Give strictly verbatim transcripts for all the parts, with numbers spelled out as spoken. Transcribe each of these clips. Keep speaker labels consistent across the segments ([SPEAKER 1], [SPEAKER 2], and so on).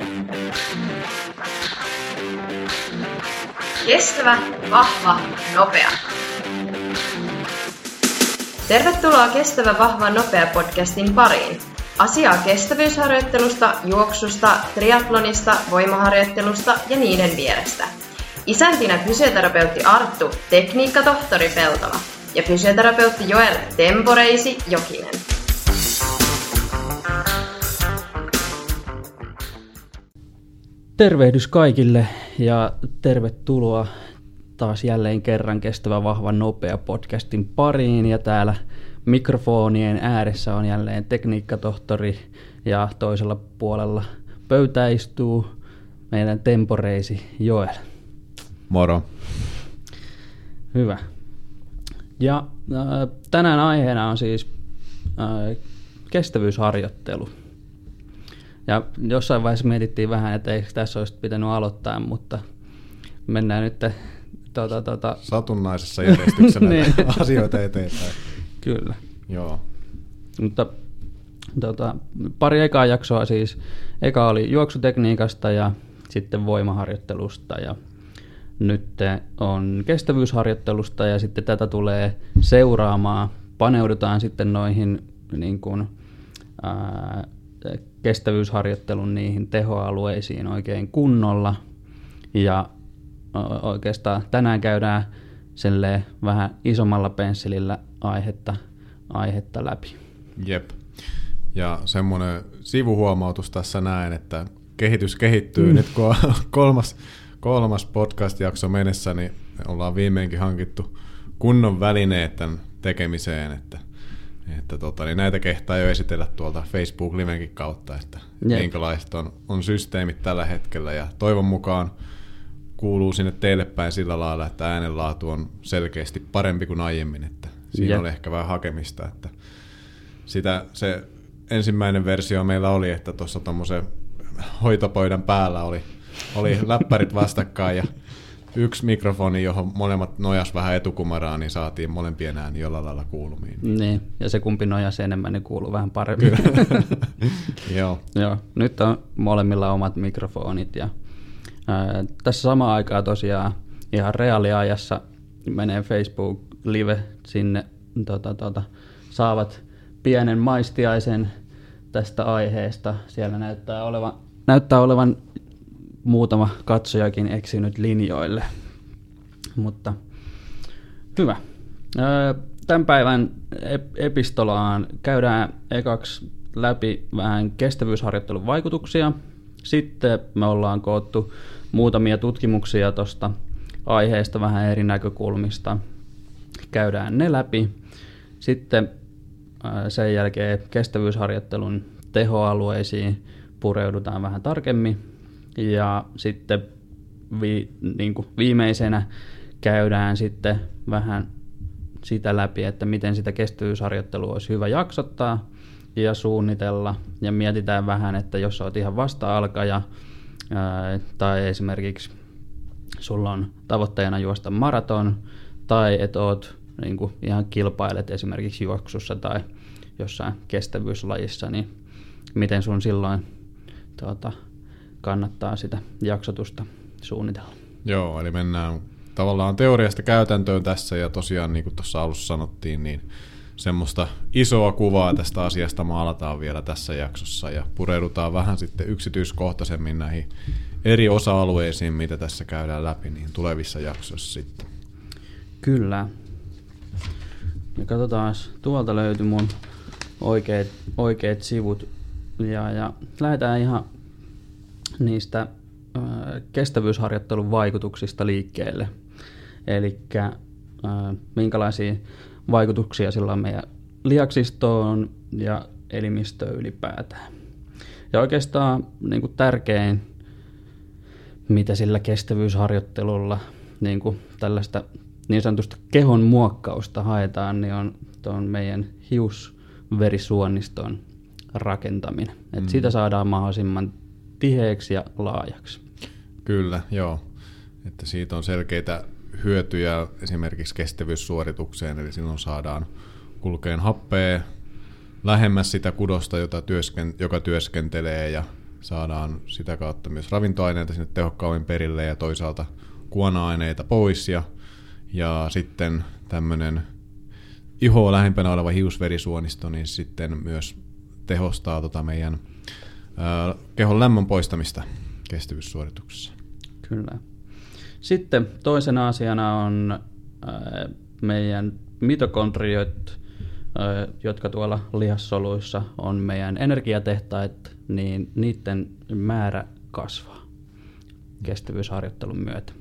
[SPEAKER 1] Kestävä, vahva, nopea. Tervetuloa Kestävä, vahva, nopea podcastin pariin. Asiaa kestävyysharjoittelusta, juoksusta, triathlonista, voimaharjoittelusta ja niiden vierestä. Isäntinä fysioterapeutti Arttu, tekniikkatohtori Peltola ja fysioterapeutti Joel Temporeisi Jokinen.
[SPEAKER 2] Tervehdys kaikille ja tervetuloa taas jälleen kerran Kestävä, vahva, nopea podcastin pariin. Ja täällä mikrofonien ääressä on jälleen tekniikkatohtori ja toisella puolella pöytää istuu meidän temporeisi Joel.
[SPEAKER 3] Moro.
[SPEAKER 2] Hyvä. Ja äh, tänään aiheena on siis äh, kestävyysharjoittelu. Ja jossain vaiheessa mietittiin vähän, että eikö tässä olisi pitänyt aloittaa, mutta mennään nyt tuota, tuota...
[SPEAKER 3] satunnaisessa järjestyksessä niin. Asioita eteenpäin.
[SPEAKER 2] Kyllä.
[SPEAKER 3] Joo.
[SPEAKER 2] Mutta tuota, pari ekaa jaksoa siis. Eka oli juoksutekniikasta ja sitten voimaharjoittelusta ja nyt on kestävyysharjoittelusta ja sitten tätä tulee seuraamaan. Paneudutaan sitten noihin niin kuin, ää, kestävyysharjoittelun niihin tehoalueisiin oikein kunnolla ja oikeastaan tänään käydään selleen vähän isommalla pensselillä aihetta, aihetta läpi.
[SPEAKER 3] Jep. Ja semmoinen sivuhuomautus tässä näen, että kehitys kehittyy. Mm. Nyt kun on kolmas, kolmas podcast-jakso mennessä, niin ollaan viimeinkin hankittu kunnon välineet tämän tekemiseen, että Että tota, niin näitä kehtaa jo esitellä tuolta Facebook-livenkin kautta, että Jep. minkälaiset on, on systeemit tällä hetkellä. Ja toivon mukaan kuuluu sinne teille päin sillä lailla, että äänenlaatu on selkeästi parempi kuin aiemmin. Että siinä
[SPEAKER 2] Jep.
[SPEAKER 3] oli ehkä vähän hakemista. Että sitä, se ensimmäinen versio meillä oli, että tuossa tuommoisen hoitopöydän päällä oli, oli läppärit vastakkain ja yksi mikrofoni, johon molemmat nojas vähän etukumaraan, niin saatiin molempien ääni jollain lailla kuulumiin.
[SPEAKER 2] Niin, ja se kumpi nojasi enemmän, niin kuuluu vähän paremmin.
[SPEAKER 3] Joo.
[SPEAKER 2] Joo. Nyt on molemmilla omat mikrofonit. Ja, ää, tässä samaan aikaan tosiaan ihan reaaliajassa menee Facebook-live sinne, tota, tota, saavat pienen maistiaisen tästä aiheesta. Siellä näyttää olevan, näyttää olevan muutama katsojakin eksynyt linjoille, mutta hyvä. Tämän päivän epistolaan käydään ekaksi läpi vähän kestävyysharjoittelun vaikutuksia. Sitten me ollaan koottu muutamia tutkimuksia tuosta aiheesta vähän eri näkökulmista. Käydään ne läpi. Sitten sen jälkeen kestävyysharjoittelun tehoalueisiin pureudutaan vähän tarkemmin. Ja sitten vi, niin kuin viimeisenä käydään sitten vähän sitä läpi, että miten sitä kestävyysharjoittelua olisi hyvä jaksottaa ja suunnitella. Ja mietitään vähän, että jos olet ihan vasta-alkaja ää, tai esimerkiksi sulla on tavoitteena juosta maraton tai että oot niin kuin ihan kilpailet esimerkiksi juoksussa tai jossain kestävyyslajissa, niin miten sun silloin tuota, kannattaa sitä jaksotusta suunnitella.
[SPEAKER 3] Joo, eli mennään tavallaan teoriasta käytäntöön tässä, ja tosiaan niin kuin tuossa alussa sanottiin, niin semmoista isoa kuvaa tästä asiasta maalataan vielä tässä jaksossa, ja pureudutaan vähän sitten yksityiskohtaisemmin näihin eri osa-alueisiin, mitä tässä käydään läpi, niin tulevissa jaksoissa sitten.
[SPEAKER 2] Kyllä. Ja katsotaan, tuolta löytyi mun oikeat, oikeat sivut, ja, ja lähdetään ihan niistä äh, kestävyysharjoittelun vaikutuksista liikkeelle. Eli äh, minkälaisia vaikutuksia sillä on meidän lihaksistoon ja elimistöön ylipäätään. Ja oikeastaan niin kuin tärkein, mitä sillä kestävyysharjoittelulla niin kuin tällaista niin sanotusta kehon muokkausta haetaan, niin on tuon meidän hiusverisuoniston rakentaminen. Et mm. Siitä saadaan mahdollisimman tiheäksi ja laajaksi.
[SPEAKER 3] Kyllä, joo. Että siitä on selkeitä hyötyjä esimerkiksi kestävyyssuoritukseen, eli silloin saadaan kulkeen happea lähemmäs sitä kudosta, jota työsken, joka työskentelee, ja saadaan sitä kautta myös ravintoaineita sinne tehokkaammin perille ja toisaalta kuona-aineita pois ja, ja sitten tämmöinen ihoa lähempänä oleva hiusverisuonisto niin sitten myös tehostaa tota meidän ää, kehon lämmön poistamista kestävyyssuorituksessa.
[SPEAKER 2] Kyllä. Sitten toisena asiana on ää, meidän mitokondriot, ää, jotka tuolla lihassoluissa on meidän energiatehtaat, niin niiden määrä kasvaa kestävyysharjoittelun myötä.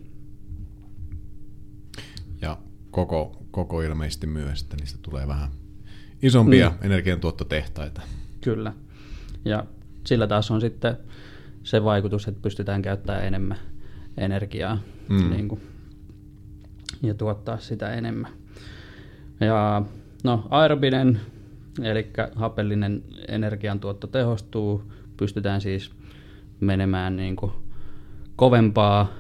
[SPEAKER 3] Ja koko, koko ilmeisesti myös, että niistä tulee vähän isompia mm. energiantuottotehtaita.
[SPEAKER 2] Kyllä. Ja sillä taas on sitten se vaikutus, että pystytään käyttämään enemmän energiaa mm. niin kuin, ja tuottaa sitä enemmän. Ja no, aerobinen, eli hapellinen energiantuotto tehostuu. Pystytään siis menemään niin kuin kovempaa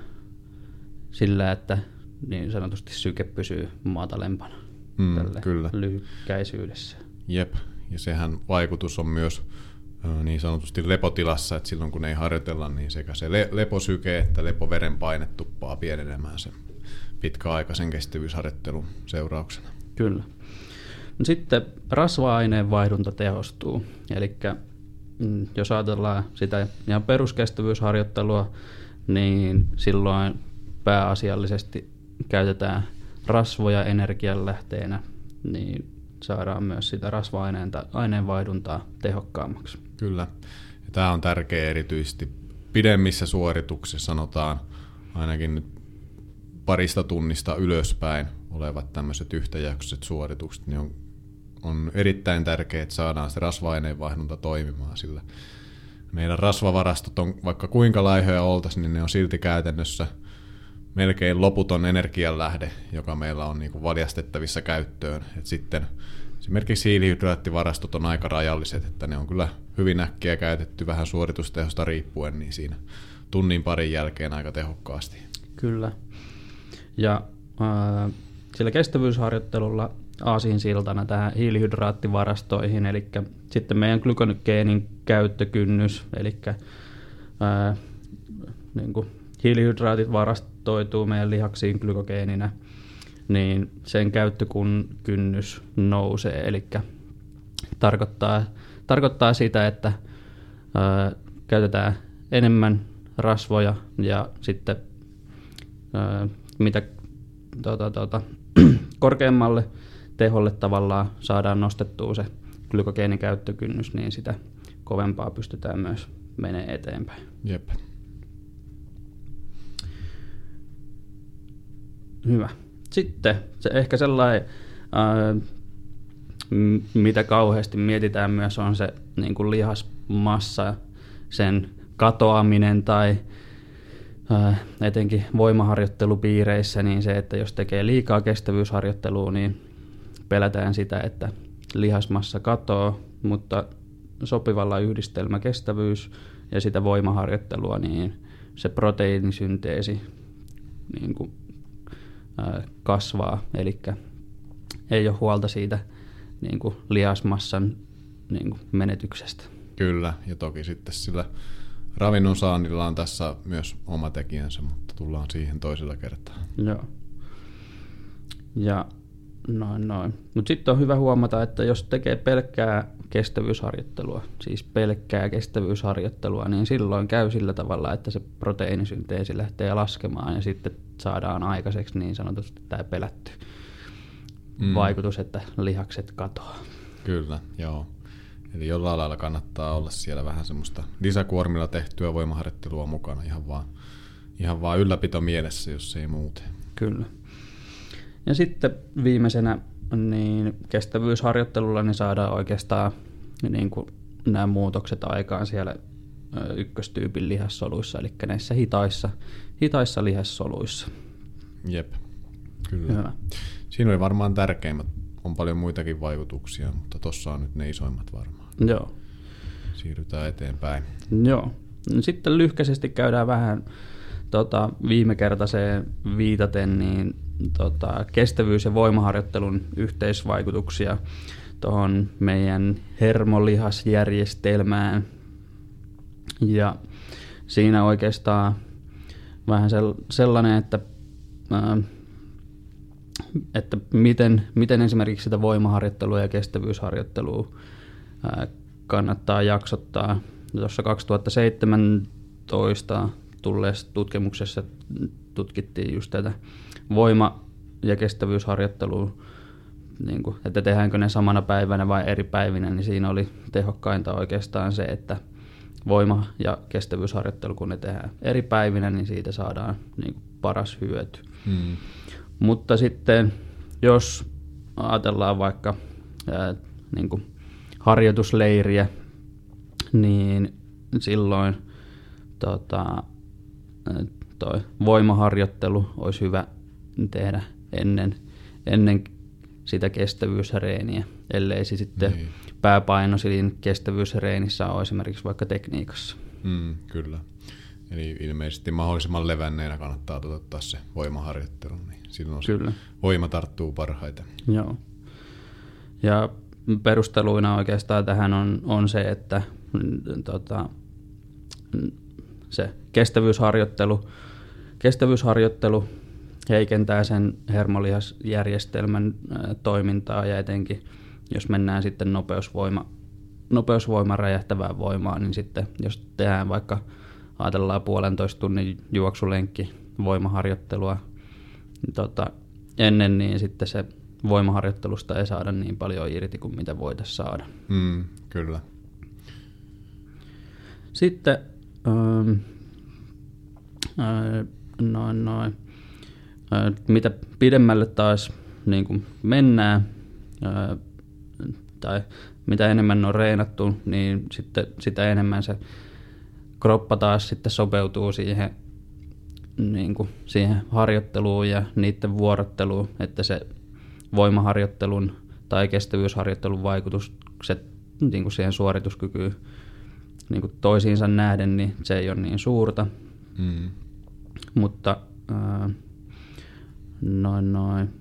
[SPEAKER 2] sillä, että niin sanotusti syke pysyy matalempana
[SPEAKER 3] mm,
[SPEAKER 2] tälle
[SPEAKER 3] kyllä.
[SPEAKER 2] lyhykäisyydessä.
[SPEAKER 3] Jep, ja sehän vaikutus on myös niin sanotusti lepotilassa, että silloin kun ei harjoitella, niin sekä se le- leposyke että lepoverenpaine tuppaa pienenemään sen pitkäaikaisen kestävyysharjoittelun seurauksena.
[SPEAKER 2] Kyllä. No sitten rasva-aineen vaihdunta tehostuu, eli mm, jos ajatellaan sitä ihan peruskestävyysharjoittelua, niin silloin pääasiallisesti käytetään rasvoja energianlähteenä, niin saadaan myös sitä rasva-aineenvaihduntaa tehokkaammaksi.
[SPEAKER 3] Kyllä. Ja tämä on tärkeä erityisesti pidemmissä suorituksissa, sanotaan ainakin nyt parista tunnista ylöspäin olevat tämmöiset yhtäjaksoiset suoritukset, niin on, on erittäin tärkeää, että saadaan se rasva-aineenvaihdunta toimimaan, sillä meidän rasvavarastot on vaikka kuinka laihoja oltaisiin, niin ne on silti käytännössä melkein loputon energianlähde, joka meillä on niin kuin valjastettavissa käyttöön. Et sitten esimerkiksi hiilihydraattivarastot on aika rajalliset, että ne on kyllä hyvin äkkiä käytetty vähän suoritustehosta riippuen, niin siinä tunnin parin jälkeen aika tehokkaasti.
[SPEAKER 2] Kyllä. Ja äh, sillä kestävyysharjoittelulla aasinsiltana tähän hiilihydraattivarastoihin, eli sitten meidän glykogeenin käyttökynnys, eli äh, niin kuin hiilihydraatit varastoituu meidän lihaksiin glykogeeninä, niin sen käyttökynnys nousee, eli tarkoittaa, tarkoittaa sitä, että ää, käytetään enemmän rasvoja ja sitten ää, mitä tuota, tuota, korkeammalle teholle tavallaan saadaan nostettua se glykogeenin käyttökynnys, niin sitä kovempaa pystytään myös menemään eteenpäin.
[SPEAKER 3] Jep.
[SPEAKER 2] Hyvä. Sitten se ehkä sellainen, ää, mitä kauheasti mietitään myös, on se niin kuin lihasmassa, sen katoaminen tai ää, etenkin voimaharjoittelupiireissä, niin se, että jos tekee liikaa kestävyysharjoittelua, niin pelätään sitä, että lihasmassa katoaa, mutta sopivalla yhdistelmäkestävyys ja sitä voimaharjoittelua, niin se proteiinisynteesi niin kuin kasvaa, eli ei ole huolta siitä niin kuin lihasmassan niin kuin menetyksestä.
[SPEAKER 3] Kyllä, ja toki sitten sillä ravinnon saannilla on tässä myös oma tekijänsä, mutta tullaan siihen toisella kertaa.
[SPEAKER 2] Joo. Ja noin noin. Mutta sitten on hyvä huomata, että jos tekee pelkkää kestävyysharjoittelua, siis pelkkää kestävyysharjoittelua, niin silloin käy sillä tavalla, että se proteiinisynteesi lähtee laskemaan ja sitten saadaan aikaiseksi niin sanotusti tämä pelätty mm. vaikutus, että lihakset katoaa.
[SPEAKER 3] Kyllä, joo. Eli jollain lailla kannattaa olla siellä vähän semmoista lisäkuormilla tehtyä voimaharjoittelua mukana ihan vaan, ihan vaan ylläpito mielessä, jos ei muuten.
[SPEAKER 2] Kyllä. Ja sitten viimeisenä niin kestävyysharjoittelulla niin saadaan oikeastaan niin kuin nämä muutokset aikaan siellä ykköstyypin lihassoluissa, eli näissä hitaissa, hitaissa lihassoluissa.
[SPEAKER 3] Jep, kyllä.
[SPEAKER 2] Hyvä.
[SPEAKER 3] Siinä oli varmaan tärkeimmät. On paljon muitakin vaikutuksia, mutta tuossa on nyt ne isoimmat varmaan.
[SPEAKER 2] Joo.
[SPEAKER 3] Siirrytään eteenpäin.
[SPEAKER 2] Joo. Sitten lyhkäisesti käydään vähän tota, viimekertaiseen viitaten niin, tota, kestävyys- ja voimaharjoittelun yhteisvaikutuksia tuohon meidän hermolihasjärjestelmään. Ja siinä oikeastaan vähän sellainen, että, ää, että miten, miten esimerkiksi sitä voimaharjoittelua ja kestävyysharjoittelua ää, kannattaa jaksottaa. Tuossa kaksituhattaseitsemäntoista tulleessa tutkimuksessa tutkittiin just tätä voima- ja kestävyysharjoittelua, niin kuin, että tehdäänkö ne samana päivänä vai eri päivinä, niin siinä oli tehokkainta oikeastaan se, että voima- ja kestävyysharjoittelu, kun ne tehdään eri päivinä, niin siitä saadaan niin kuin paras hyöty. Hmm. Mutta sitten, jos ajatellaan vaikka ää, niin kuin harjoitusleiriä, niin silloin tota, toi voimaharjoittelu olisi hyvä tehdä ennen, ennen sitä kestävyysreeniä, ellei se sitten niin. pääpaino siinä kestävyysreenissä ole esimerkiksi vaikka tekniikassa.
[SPEAKER 3] Mm, kyllä. Eli ilmeisesti mahdollisimman levänneenä kannattaa toteuttaa se voimaharjoittelu, niin silloin kyllä. se voima tarttuu parhaiten.
[SPEAKER 2] Joo. Ja perusteluina oikeastaan tähän on, on se, että tota, se kestävyysharjoittelu, kestävyysharjoittelu heikentää sen hermolihasjärjestelmän toimintaa ja etenkin jos mennään sitten nopeusvoima, nopeusvoima räjähtävään voimaan, niin sitten jos tehdään vaikka ajatellaan puolentoista tunnin juoksulenkki voimaharjoittelua niin tota, ennen, niin sitten se voimaharjoittelusta ei saada niin paljon irti kuin mitä voitaisiin saada.
[SPEAKER 3] Mm, kyllä.
[SPEAKER 2] Sitten ähm, äh, noin noin. Äh, mitä pidemmälle taas niin kuin mennään, äh, tai mitä enemmän on reenattu, niin sitten sitä enemmän se kroppa taas sitten sopeutuu siihen, niin kuin siihen harjoitteluun ja niiden vuorotteluun, että se voimaharjoittelun tai kestävyysharjoittelun vaikutukset niin kuin siihen suorituskykyyn niin kuin toisiinsa nähden, niin se ei ole niin suurta. Mm. Mutta ää, noin noin.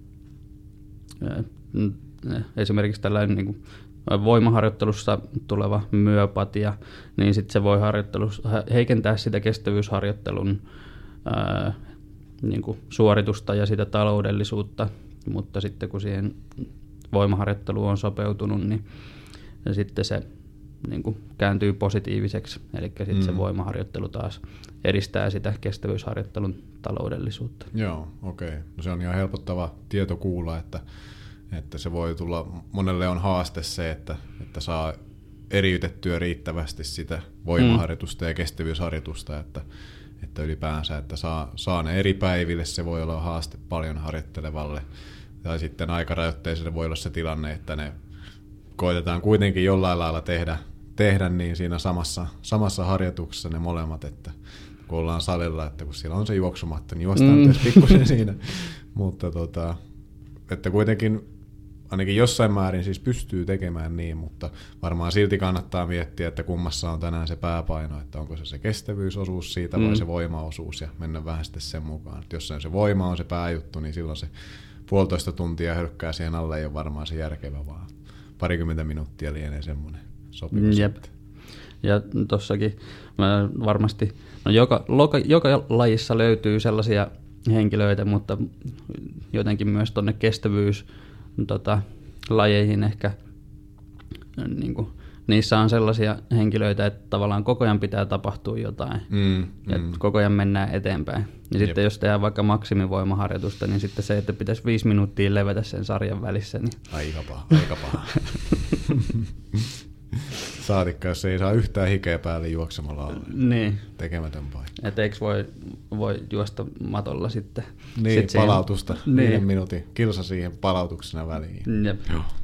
[SPEAKER 2] Ää, esimerkiksi tällainen niin kuin voimaharjoittelussa tuleva myopatia, niin sitten se voi heikentää sitä kestävyysharjoittelun ää, niin kuin suoritusta ja sitä taloudellisuutta, mutta sitten kun siihen voimaharjoitteluun on sopeutunut, niin sitten se niin kuin kääntyy positiiviseksi, eli sitten mm. se voimaharjoittelu taas edistää sitä kestävyysharjoittelun taloudellisuutta.
[SPEAKER 3] Joo, okei. Okay. No se on ihan helpottava tieto kuulla, että Että se voi tulla, monelle on haaste se, että, että saa eriytettyä riittävästi sitä voimaharjoitusta mm. ja kestävyysharjoitusta, että, että ylipäänsä, että saa, saa ne eri päiville, se voi olla haaste paljon harjoittelevalle. Tai sitten aikarajoitteiselle voi olla se tilanne, että ne koitetaan kuitenkin jollain lailla tehdä, tehdä niin siinä samassa, samassa harjoituksessa ne molemmat, että kun ollaan salilla, että kun siellä on se juoksumatta, niin juostaan mm. pikkusen siinä, mutta tota, että kuitenkin ainakin jossain määrin siis pystyy tekemään niin, mutta varmaan silti kannattaa miettiä, että kummassa on tänään se pääpaino, että onko se se kestävyysosuus siitä vai mm. se voimaosuus ja mennä vähän sitten sen mukaan. Että jos se voima on se pääjuttu, niin silloin se puolitoista tuntia hölkkää siihen alle ei ole varmaan se järkevä, vaan parikymmentä minuuttia lienee semmoinen sopiva.
[SPEAKER 2] Jep. Ja tossakin mä varmasti, no joka, loka, joka lajissa löytyy sellaisia henkilöitä, mutta jotenkin myös tuonne kestävyys tota, lajeihin ehkä niin kuin, niissä on sellaisia henkilöitä, että tavallaan koko ajan pitää tapahtua jotain mm, ja mm. koko ajan mennään eteenpäin. Ja Jep. sitten jos tehdään vaikka maksimivoimaharjoitusta, niin sitten se, että pitäisi viisi minuuttia levätä sen sarjan välissä. Niin...
[SPEAKER 3] Aika paha, aika paha. Saatikka, jos ei saa yhtään hikeä päälle juoksemalla alle.
[SPEAKER 2] Niin.
[SPEAKER 3] Tekemätön paikka.
[SPEAKER 2] Et eikö voi, voi juosta matolla sitten?
[SPEAKER 3] Niin,
[SPEAKER 2] sit
[SPEAKER 3] palautusta.
[SPEAKER 2] Siihen...
[SPEAKER 3] Viiden
[SPEAKER 2] niin.
[SPEAKER 3] minuutin kilsa siihen palautuksena väliin.
[SPEAKER 2] Jep.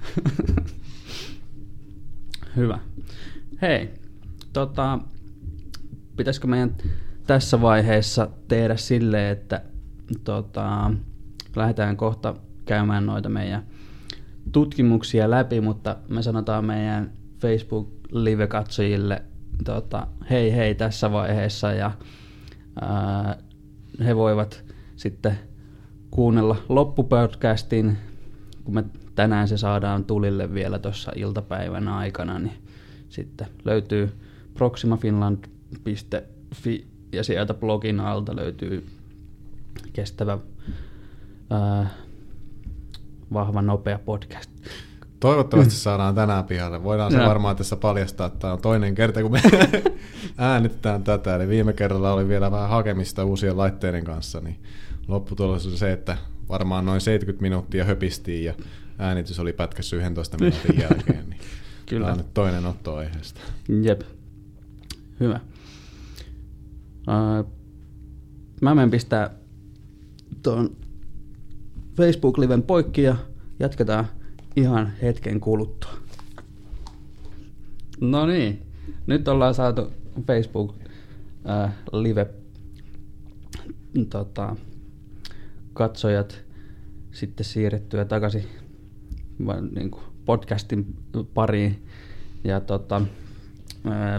[SPEAKER 2] Hyvä. Hei, tota, pitäisikö meidän tässä vaiheessa tehdä silleen, että tota, lähdetään kohta käymään noita meidän tutkimuksia läpi, mutta me sanotaan meidän Facebook-live-katsojille tota, hei hei tässä vaiheessa ja ää, he voivat sitten kuunnella loppupodcastin, kun me tänään se saadaan tulille vielä tuossa iltapäivän aikana, niin sitten löytyy proximafinland piste fi ja sieltä blogin alta löytyy kestävä, ää, vahva, nopea podcast.
[SPEAKER 3] Toivottavasti saadaan tänään pihalle. Voidaan se varmaan tässä paljastaa, että tämä on toinen kerta, kun me äänitetään tätä. Eli viime kerralla oli vielä vähän hakemista uusien laitteiden kanssa, niin lopputulos oli se, että varmaan noin seitsemänkymmentä minuuttia höpistiin ja äänitys oli pätkässä yksitoista minuutin jälkeen. Niin kyllä. Tämä on nyt toinen otto aiheesta.
[SPEAKER 2] Jep. Hyvä. Uh, mä menen pistää tuon Facebook-liven poikki ja jatketaan ihan hetken kuluttua. No niin, nyt ollaan saatu Facebook-live tota, katsojat sitten siirrettyä takaisin niin kuin podcastin pariin. Ja tota, ää,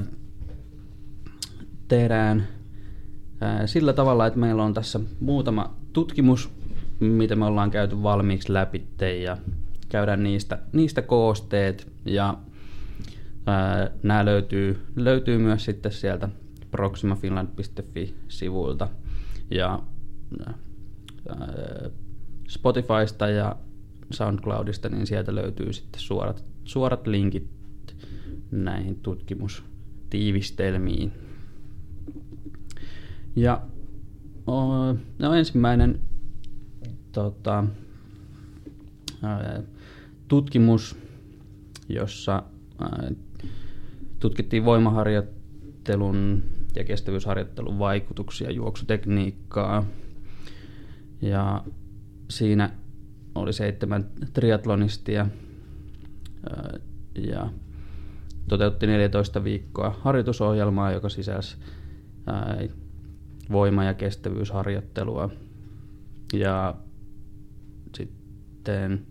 [SPEAKER 2] tehdään ää, sillä tavalla, että meillä on tässä muutama tutkimus, mitä me ollaan käyty valmiiksi läpi ja käydään niistä, niistä koosteet ja ää, nämä löytyy, löytyy myös sitten sieltä proximafinland piste fi-sivuilta ja ää, Spotifysta ja SoundCloudista, niin sieltä löytyy sitten suorat, suorat linkit näihin tutkimustiivistelmiin. Ja no, ensimmäinen tota, ää, tutkimus, jossa ää, tutkittiin voimaharjoittelun ja kestävyysharjoittelun vaikutuksia juoksutekniikkaa. Ja siinä oli seitsemän triatlonistia ää, ja toteutti neljätoista viikkoa harjoitusohjelmaa, joka sisälsi ää, voima- ja kestävyysharjoittelua. Ja sitten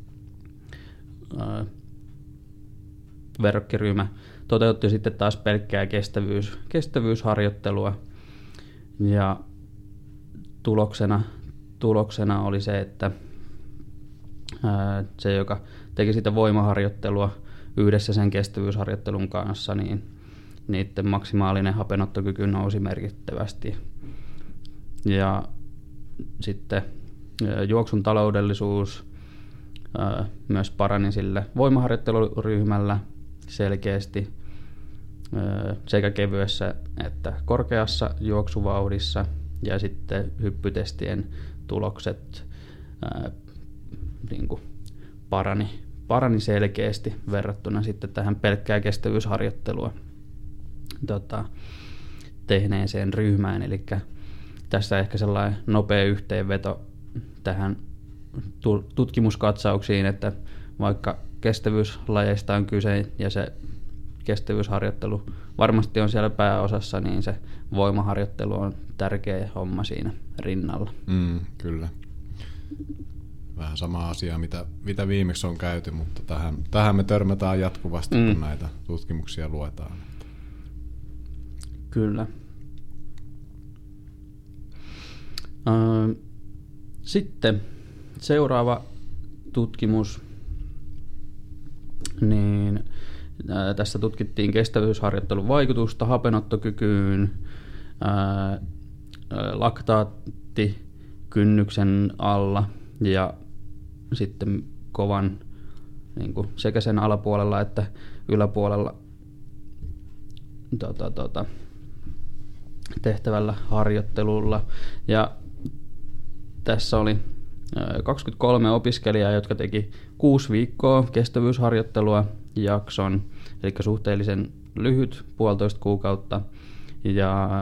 [SPEAKER 2] ää, verrokkiryhmä toteutti sitten taas pelkkää kestävyys, kestävyysharjoittelua. Ja tuloksena, tuloksena oli se, että ää, se, joka teki sitä voimaharjoittelua yhdessä sen kestävyysharjoittelun kanssa, niin niiden maksimaalinen hapenottokyky nousi merkittävästi. Ja sitten juoksun taloudellisuus ää, myös parani sille voimaharjoitteluryhmällä selkeästi ää, sekä kevyessä että korkeassa juoksuvauhdissa, ja sitten hyppytestien tulokset ää, niin kuin parani, parani selkeästi verrattuna sitten tähän pelkkää kestävyysharjoittelua tota, tehneeseen ryhmään. Eli tässä ehkä sellainen nopea yhteenveto tähän tutkimuskatsauksiin, että vaikka kestävyyslajeista on kyse ja se kestävyysharjoittelu varmasti on siellä pääosassa, niin se voimaharjoittelu on tärkeä homma siinä rinnalla.
[SPEAKER 3] Mm, kyllä. Vähän sama asia, mitä, mitä viimeksi on käyty, mutta tähän, tähän me törmätään jatkuvasti, mm. kun näitä tutkimuksia luetaan.
[SPEAKER 2] Kyllä. Sitten seuraava tutkimus, niin tässä tutkittiin kestävyysharjoittelun vaikutusta hapenottokykyyn, laktaattikynnyksen alla ja sitten kovan niin kuin sekä sen alapuolella että yläpuolella tota, tota, tehtävällä harjoittelulla. Ja tässä oli kaksikymmentäkolme opiskelijaa, jotka teki kuusi viikkoa kestävyysharjoittelua jakson, eli suhteellisen lyhyt, puolitoista kuukautta. Ja,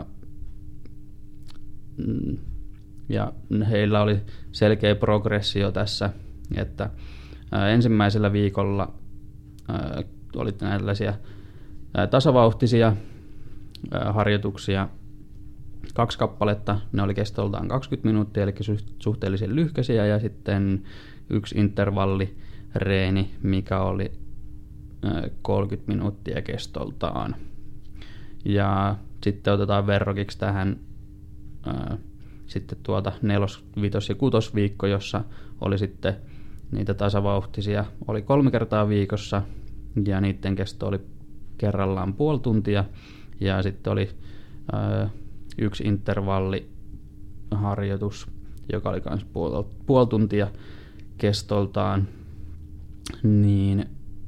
[SPEAKER 2] ja heillä oli selkeä progressio tässä, että ensimmäisellä viikolla oli tällaisia tasavauhtisia harjoituksia, kaksi kappaletta, ne oli kestoltaan kaksikymmentä minuuttia, eli suhteellisen lyhkäisiä, ja sitten yksi intervallireeni, mikä oli kolmekymmentä minuuttia kestoltaan. Ja sitten otetaan verrokiksi tähän ää, sitten tuota nelos-, vitos- ja kutosviikko, jossa oli sitten niitä tasavauhtisia, oli kolme kertaa viikossa, ja niiden kesto oli kerrallaan puoli tuntia ja sitten oli ö, yksi intervalliharjoitus, joka oli myös puoli, puoli tuntia kestoltaan, niin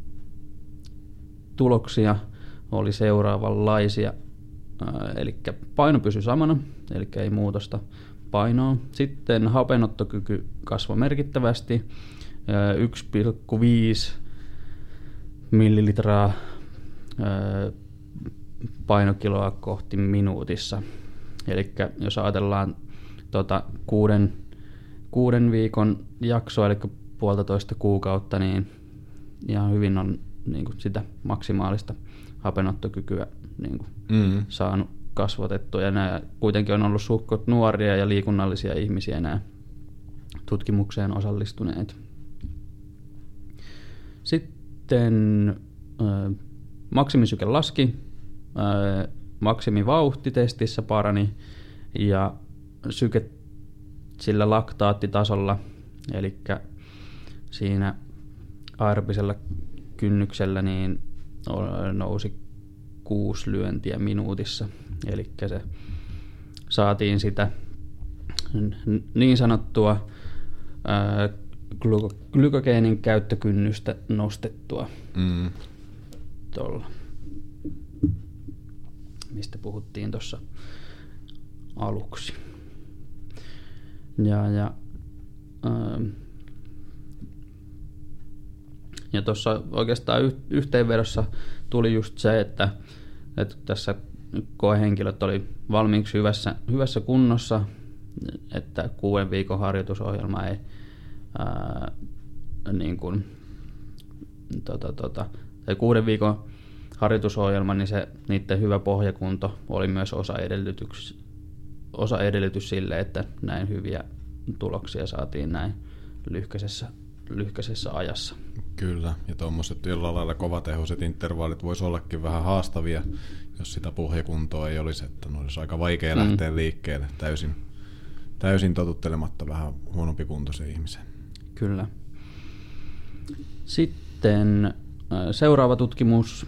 [SPEAKER 2] tuloksia oli seuraavanlaisia, eli paino pysyi samana, eli ei muutosta painoon. Sitten hapenottokyky kasvoi merkittävästi, yksi pilkku viisi millilitraa painokiloa kohti minuutissa. Eli jos ajatellaan tuota kuuden, kuuden viikon jaksoa, eli puolitoista kuukautta, niin ihan hyvin on niin kuin sitä maksimaalista hapenottokykyä niin kuin mm. saanut kasvatettua. Ja nämä kuitenkin on ollut suhkot nuoria ja liikunnallisia ihmisiä nämä tutkimukseen osallistuneet. Sitten äh, maksimisyke laski, äh, maksimivauhti testissä parani ja syke sillä laktaattitasolla, eli siinä aerobisella kynnyksellä niin nousi kuusi lyöntiä minuutissa, eli se saatiin sitä niin sanottua ää, glykogeenin käyttökynnystä nostettua mm. tuolla, mistä puhuttiin tuossa aluksi. Ja, ja, ää, ja tuossa oikeastaan yhteenvedossa tuli just se, että, että tässä koehenkilöt oli valmiiksi hyvässä, hyvässä kunnossa, että kuuden viikon harjoitusohjelma ei ää, niin kuin, tota, tota, tai kuuden viikon harjoitusohjelma, niin se niiden hyvä pohjakunto oli myös osa edellytys, osa edellytys sille, että näin hyviä tuloksia saatiin näin lyhkäisessä, lyhkäisessä ajassa.
[SPEAKER 3] Kyllä, ja tuommoiset jollain lailla kovatehoiset intervallit voisi ollakin vähän haastavia, jos sitä pohjakuntoa ei olisi, että no olisi aika vaikea mm. lähteä liikkeelle täysin, täysin totuttelematta vähän huonompi kuntoisen ihmisen.
[SPEAKER 2] Kyllä. Sitten seuraava tutkimus,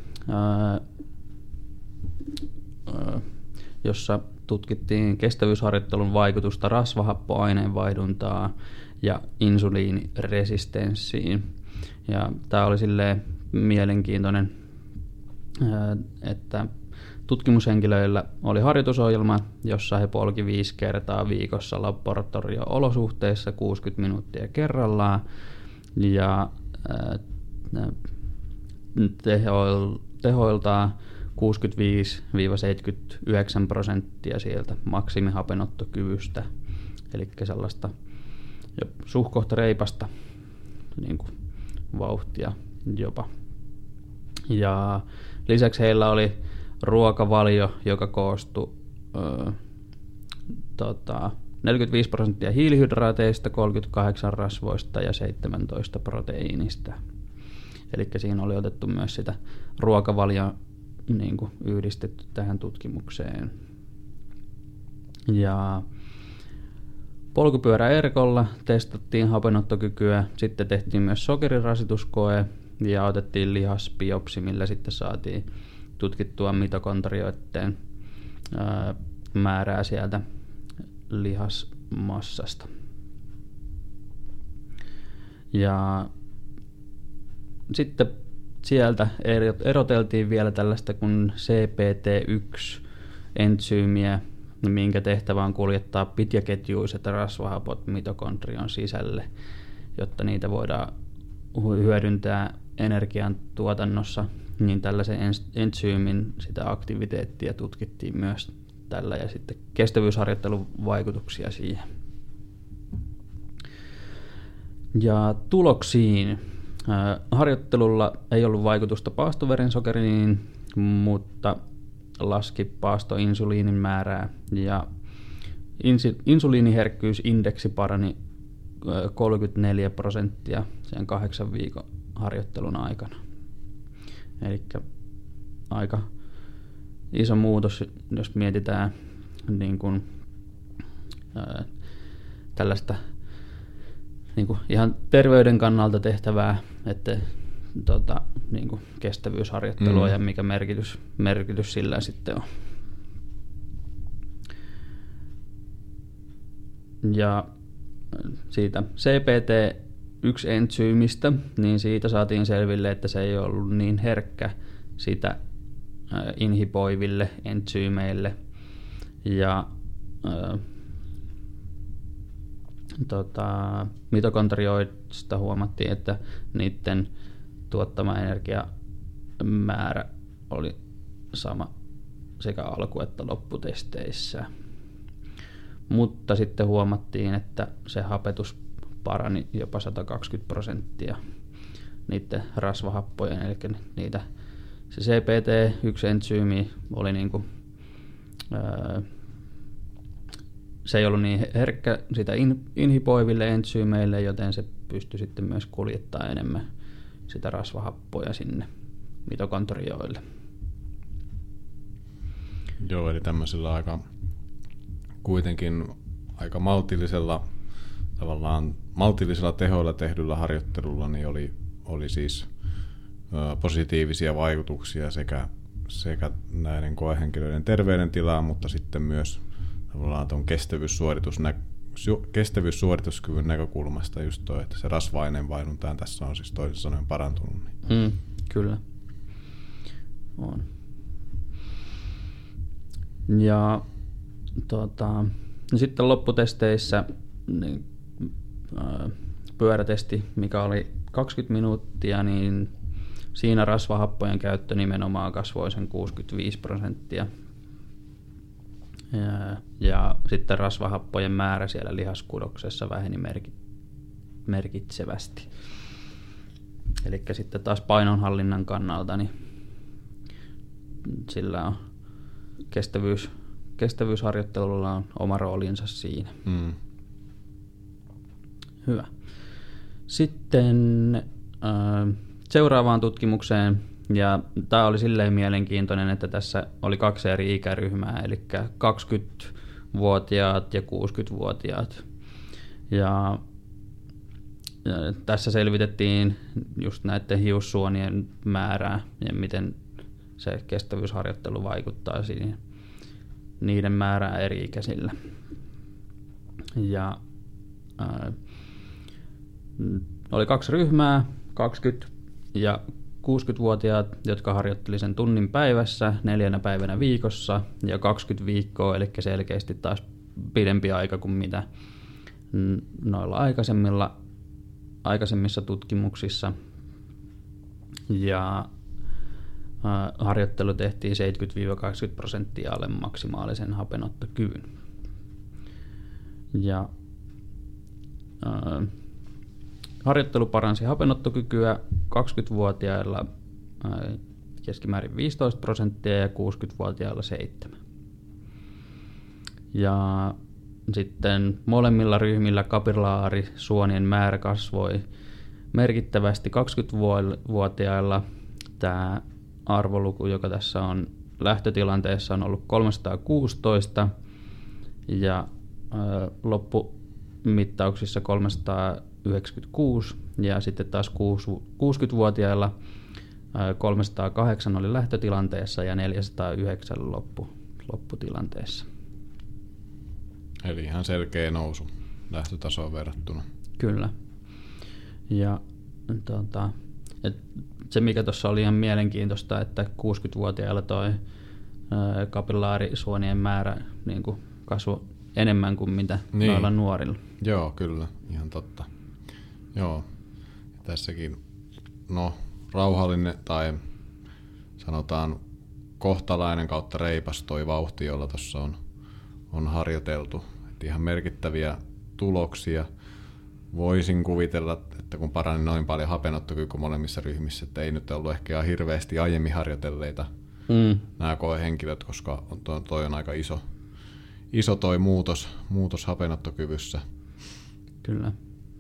[SPEAKER 2] jossa tutkittiin kestävyysharjoittelun vaikutusta rasvahappoaineenvaihduntaa ja insuliiniresistenssiin. Ja tämä oli silleen mielenkiintoinen, että tutkimushenkilöillä oli harjoitusohjelma, jossa he polki viisi kertaa viikossa laboratorio-olosuhteissa kuusikymmentä minuuttia kerrallaan ja tehoiltaan kuusikymmentäviisi seitsemänkymmentäyhdeksän prosenttia sieltä maksimihapeenottokyvystä, eli sellaista jo suhkoht reipasta niin kuin vauhtia jopa. Ja lisäksi heillä oli ruokavalio, joka koostui ö, tota, neljäkymmentäviisi prosenttia hiilihydraateista, kolmekymmentäkahdeksan rasvoista ja seitsemäntoista proteiinista. Eli siinä oli otettu myös sitä ruokavalio niin kuin yhdistetty tähän tutkimukseen. Ja polkupyörä-erkolla testattiin hapenottokykyä, sitten tehtiin myös sokerirasituskoe ja otettiin lihasbiopsi, millä sitten saatiin tutkittua mitokondrioiden ää, määrää sieltä lihasmassasta. Ja sitten sieltä eroteltiin vielä tällaista kuin C P T yksi entsyymiä, minkä tehtävä on kuljettaa pitkäketjuiset rasvahapot mitokondrion sisälle, jotta niitä voidaan hyödyntää energian tuotannossa, niin tällaisen entsyymin sitä aktiviteettia tutkittiin myös tällä ja sitten kestävyysharjoittelun vaikutuksia siihen. Ja tuloksiin. Harjoittelulla ei ollut vaikutusta paastoverensokeriin, mutta laski paastoinsuliinin määrää ja insuliiniherkkyysindeksi parani kolmekymmentäneljä prosenttia sen kahdeksan viikon harjoittelun aikana. Eli aika iso muutos, jos mietitään niin kuin, ää, tällaista niin kuin ihan terveyden kannalta tehtävää, että tota, niin kuin kestävyysharjoittelua
[SPEAKER 3] Mm.
[SPEAKER 2] ja mikä merkitys, merkitys sillä sitten on. Ja siitä C P T yksi entsyymistä, niin siitä saatiin selville, että se ei ollut niin herkkä sitä inhiboiville entsyymeille. Ja ää, tota, mitokondrioista huomattiin, että niiden tuottama energiamäärä oli sama sekä alku- että lopputesteissä. Mutta sitten huomattiin, että se hapetus parani jopa sata kaksikymmentä prosenttia niiden rasvahappojen, eli niitä, se C P T yksi entsyymi oli niinku, ää, se ei ollut niin herkkä sitä in, inhiboiville entsyymeille, joten se pystyi sitten myös kuljettamaan enemmän sitä rasvahappoja sinne mitokondrioille.
[SPEAKER 3] Joo, eli tämmöisellä aika kuitenkin aika maltillisella tavallaan maltillisella tehoilla tehdyllä harjoittelulla niin oli, oli siis ö, positiivisia vaikutuksia sekä, sekä näiden koehenkilöiden terveydentilaan, mutta sitten myös tavallaan tuon kestävyyssuoritus, nä, su, kestävyyssuorituskyvyn näkökulmasta just toi, että se rasva-aineenvaihdunta tässä on siis toisin sanoen parantunut. Niin.
[SPEAKER 2] Mm, kyllä. On. Ja tota, no sitten lopputesteissä niin, ää, pyörätesti, mikä oli kaksikymmentä minuuttia, niin siinä rasvahappojen käyttö nimenomaan kasvoi sen kuusikymmentäviisi prosenttia. Ja, ja sitten rasvahappojen määrä siellä lihaskudoksessa väheni merki, merkitsevästi. Eli sitten taas painonhallinnan kannalta niin sillä on kestävyys, kestävyysharjoittelulla on oma roolinsa siinä.
[SPEAKER 3] Mm.
[SPEAKER 2] Hyvä. Sitten äh, seuraavaan tutkimukseen, ja tämä oli silleen mielenkiintoinen, että tässä oli kaksi eri ikäryhmää, eli kaksikymmentävuotiaat ja kuusikymmentävuotiaat. Ja, ja tässä selvitettiin just näiden hiussuonien määrää ja miten se kestävyysharjoittelu vaikuttaa siihen, niiden määrää eri ikäisillä. Ja ää, oli kaksi ryhmää, kaksikymmentä- ja kuusikymmentävuotiaat, jotka harjoitteli sen tunnin päivässä, neljänä päivänä viikossa ja kaksikymmentä viikkoa, eli selkeästi taas pidempi aika kuin mitä noilla aikaisemmilla, aikaisemmissa tutkimuksissa. Ja äh, harjoittelu tehtiin seitsemänkymmentä kahdeksankymmentä prosenttia alle maksimaalisen hapenottokyvyn. Ja äh, harjoittelu paransi hapenottokykyä kaksikymmentävuotiailla äh, keskimäärin viisitoista prosenttia ja kuusikymmentävuotiailla seitsemän. Ja sitten molemmilla ryhmillä kapillaarisuonien määrä kasvoi merkittävästi kaksikymmentävuotiailla. Tämä arvoluku, joka tässä on lähtötilanteessa, on ollut kolmesataakuusitoista ja äh, loppumittauksissa kolmesataayhdeksänkymmentäkuusi ja sitten taas kuusikymmentävuotiailla äh, kolmesataakahdeksan oli lähtötilanteessa ja neljäsataayhdeksän loppu, lopputilanteessa.
[SPEAKER 3] Eli ihan selkeä nousu lähtötasoon verrattuna.
[SPEAKER 2] Kyllä. Ja tuota, et se mikä tuossa oli ihan mielenkiintoista, että kuusikymmentävuotiailla toi ää, kapillaarisuonien määrä niin kuin kasvoi enemmän kuin mitä niin. noilla nuorilla.
[SPEAKER 3] Joo, kyllä, ihan totta. Joo, tässäkin no, rauhallinen tai sanotaan kohtalainen kautta reipas toi vauhti, jolla tuossa on, on harjoiteltu. Et ihan merkittäviä tuloksia. Voisin kuvitella, että kun parani noin paljon hapenottokyky molemmissa ryhmissä, että ei nyt ollut ehkä ihan hirveästi aiemmin harjoitelleita mm. nämä koehenkilöt, koska on, toi, toi on aika iso, iso toi muutos, muutos hapenottokyvyssä.
[SPEAKER 2] Kyllä.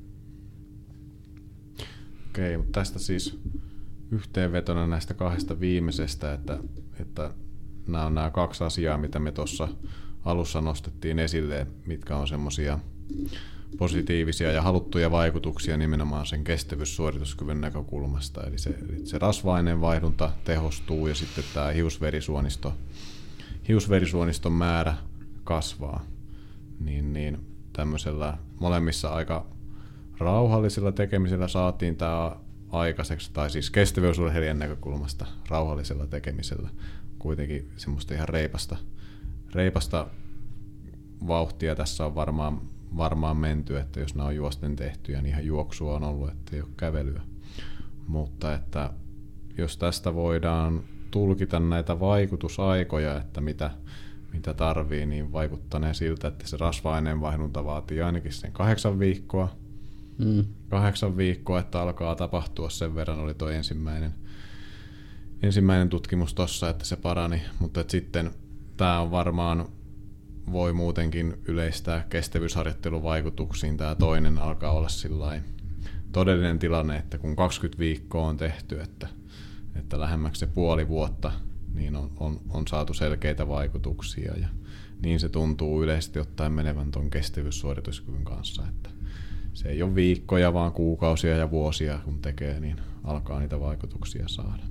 [SPEAKER 3] Okei, mutta tästä siis yhteenvetona näistä kahdesta viimeisestä, että, että nämä on nämä kaksi asiaa, mitä me tuossa alussa nostettiin esille, mitkä on semmoisia positiivisia ja haluttuja vaikutuksia nimenomaan sen kestävyyssuorituskyvyn näkökulmasta. Eli se, se rasva-aineenvaihdunta tehostuu ja sitten tämä hiusverisuonisto, hiusverisuoniston määrä kasvaa. Niin, niin tämmöisellä molemmissa aika rauhallisilla tekemisellä saatiin tämä aikaiseksi, tai siis kestävyysurheilijan näkökulmasta rauhallisella tekemisellä kuitenkin semmoista ihan reipasta, reipasta vauhtia tässä on varmaan, varmaan menty, että jos nämä on juosten tehtyjä, niin ihan juoksua on ollut, että ei ole kävelyä. Mutta että jos tästä voidaan tulkita näitä vaikutusaikoja, että mitä, mitä tarvii, niin vaikuttanee siltä, että se rasva-aineenvaihdunta vaatii ainakin sen kahdeksan viikkoa. Mm. Kahdeksan viikkoa, että alkaa tapahtua, sen verran oli tuo ensimmäinen, ensimmäinen tutkimus tossa, että se parani, mutta että sitten tämä on varmaan, voi muutenkin yleistää kestävyysharjoittelun vaikutuksiin, tämä toinen alkaa olla sillain todellinen tilanne, että kun kaksikymmentä viikkoa on tehty, että, että lähemmäksi se puoli vuotta, niin on, on, on saatu selkeitä vaikutuksia ja niin se tuntuu yleisesti ottaen menevän tuon kestävyyssuorituskyvyn kanssa, että se ei ole viikkoja, vaan kuukausia ja vuosia, kun tekee, niin alkaa niitä vaikutuksia saada.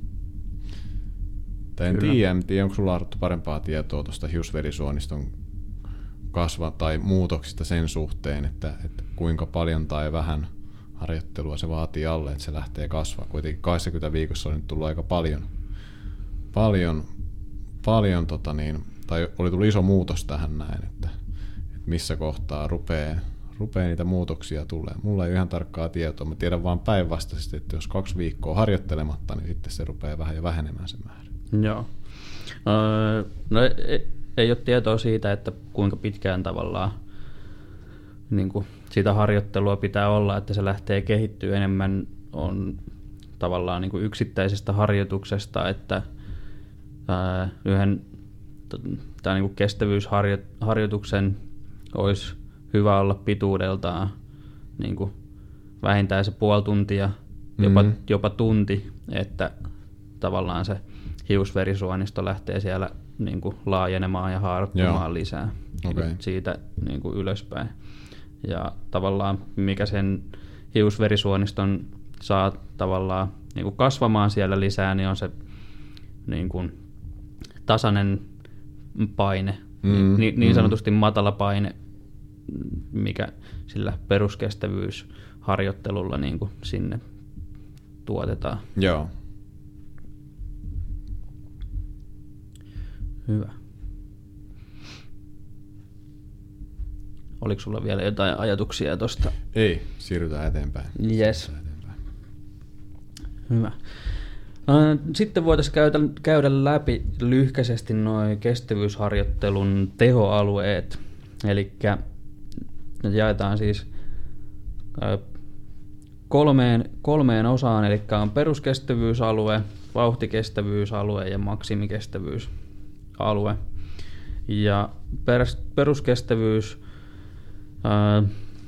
[SPEAKER 3] En tiedä, en tiedä, onko sulla Arttu parempaa tietoa tuosta hiusverisuoniston kasva- tai muutoksista sen suhteen, että, että kuinka paljon tai vähän harjoittelua se vaatii alle, että se lähtee kasvaa. Kuitenkin kaksikymmentä viikossa on nyt tullut aika paljon, paljon, paljon tota niin, tai oli tullut iso muutos tähän näin, että, että missä kohtaa rupeaa rupeaa niitä muutoksia tulee. Mulla ei ole ihan tarkkaa tietoa. Mä tiedän vaan päinvastaisesti, että jos kaksi viikkoa harjoittelematta, niin sitten se rupeaa vähän jo vähenemään se määrä.
[SPEAKER 2] Joo. No ei, ei ole tietoa siitä, että kuinka pitkään tavallaan niin kuin sitä harjoittelua pitää olla, että se lähtee kehittyä enemmän on tavallaan niin kuin yksittäisestä harjoituksesta, että ää, yhden tämä niin kuin kestävyysharjoituksen olisi hyvä olla pituudeltaan niin kuin vähintään se puoli tuntia, jopa, mm-hmm. jopa tunti, että tavallaan se hiusverisuonisto lähtee siellä niin kuin laajenemaan ja haarukkumaan Joo. lisää okay. siitä niin kuin ylöspäin. Ja tavallaan mikä sen hiusverisuoniston saa tavallaan niin kuin kasvamaan siellä lisää, niin on se niin kuin tasainen paine, mm-hmm. niin, niin sanotusti matala paine, mikä sillä peruskestävyysharjoittelulla niin kuin sinne tuotetaan.
[SPEAKER 3] Joo.
[SPEAKER 2] Hyvä. Oliko sulla vielä jotain ajatuksia tuosta?
[SPEAKER 3] Ei, siirrytään eteenpäin.
[SPEAKER 2] Yes. Eteenpäin. Hyvä. Sitten voitaisiin käydä, käydä läpi lyhkäisesti nuo kestävyysharjoittelun tehoalueet. Elikkä ne jaetaan siis kolmeen, kolmeen osaan, eli on peruskestävyysalue, vauhtikestävyysalue ja maksimikestävyysalue. Ja peruskestävyys, ää,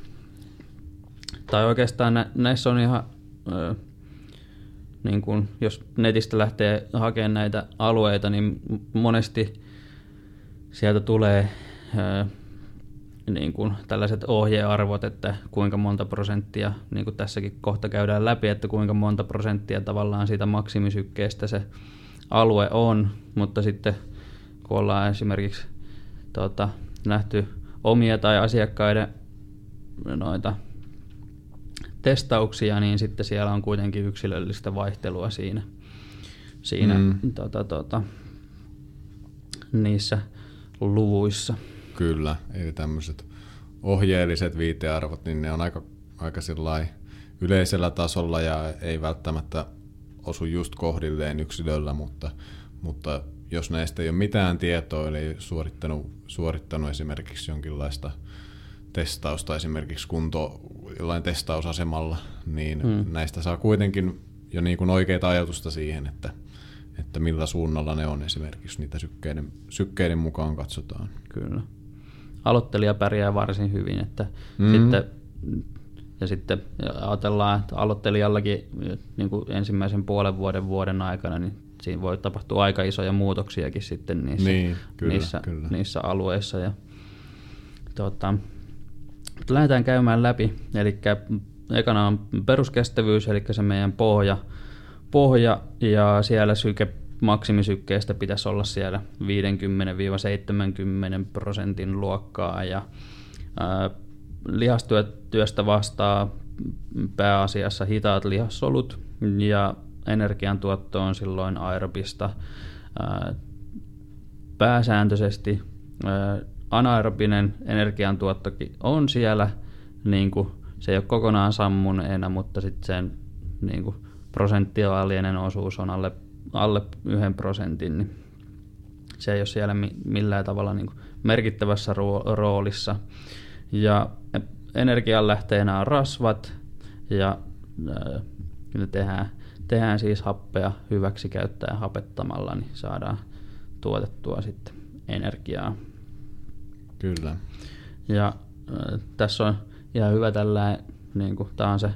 [SPEAKER 2] tai oikeastaan nä, näissä on ihan, ää, niin kun, jos netistä lähtee hakemaan näitä alueita, niin monesti sieltä tulee ää, niin kuin tällaiset ohjearvot, että kuinka monta prosenttia, niin kuin tässäkin kohta käydään läpi, että kuinka monta prosenttia tavallaan siitä maksimisykkeestä se alue on, mutta sitten kun ollaan esimerkiksi tuota, nähty omia tai asiakkaiden noita testauksia, niin sitten siellä on kuitenkin yksilöllistä vaihtelua siinä, siinä mm. tota, tota, niissä luvuissa.
[SPEAKER 3] Kyllä, eli tämmöiset ohjeelliset viitearvot, niin ne on aika, aika yleisellä tasolla ja ei välttämättä osu just kohdilleen yksilöllä, mutta, mutta jos näistä ei ole mitään tietoa, eli suorittanut, suorittanut esimerkiksi jonkinlaista testausta esimerkiksi kunto jollain testausasemalla, niin hmm. näistä saa kuitenkin jo niin kuin oikeaa ajatusta siihen, että, että millä suunnalla ne on esimerkiksi niitä sykkeiden, sykkeiden mukaan katsotaan.
[SPEAKER 2] Kyllä. Aloittelija pärjää varsin hyvin, että mm. sitten, ja sitten ajatellaan, että aloittelijallakin niin kuin ensimmäisen puolen vuoden vuoden aikana, niin siinä voi tapahtua aika isoja muutoksiakin sitten niissä,
[SPEAKER 3] niin, kyllä,
[SPEAKER 2] niissä,
[SPEAKER 3] kyllä.
[SPEAKER 2] niissä alueissa. Ja, tuota, lähdetään käymään läpi. Eli ekana on peruskestävyys, eli se meidän pohja, pohja ja siellä syke, maksimisykkeestä pitäisi olla siellä viisikymmentä seitsemänkymmentä prosentin luokkaa ja ää, lihastyöstä vastaa pääasiassa hitaat lihassolut ja energiantuotto on silloin aerobista. Ää, pääsääntöisesti ää, anaerobinen energiantuottokin on siellä, niin kuin, se ei ole kokonaan sammuneena, mutta sitten sen niin kuin, prosenttiaalinen osuus on alle, alle yhden prosentin, niin se ei ole siellä millään tavalla niin kuin merkittävässä roolissa. Ja energianlähteenä on rasvat ja äh, ne tehdään, tehdään siis happea hyväksi käyttäen hapettamalla, niin saadaan tuotettua sitten energiaa.
[SPEAKER 3] Kyllä.
[SPEAKER 2] Ja äh, tässä on ihan hyvä tällainen, niin kuin, tämä on se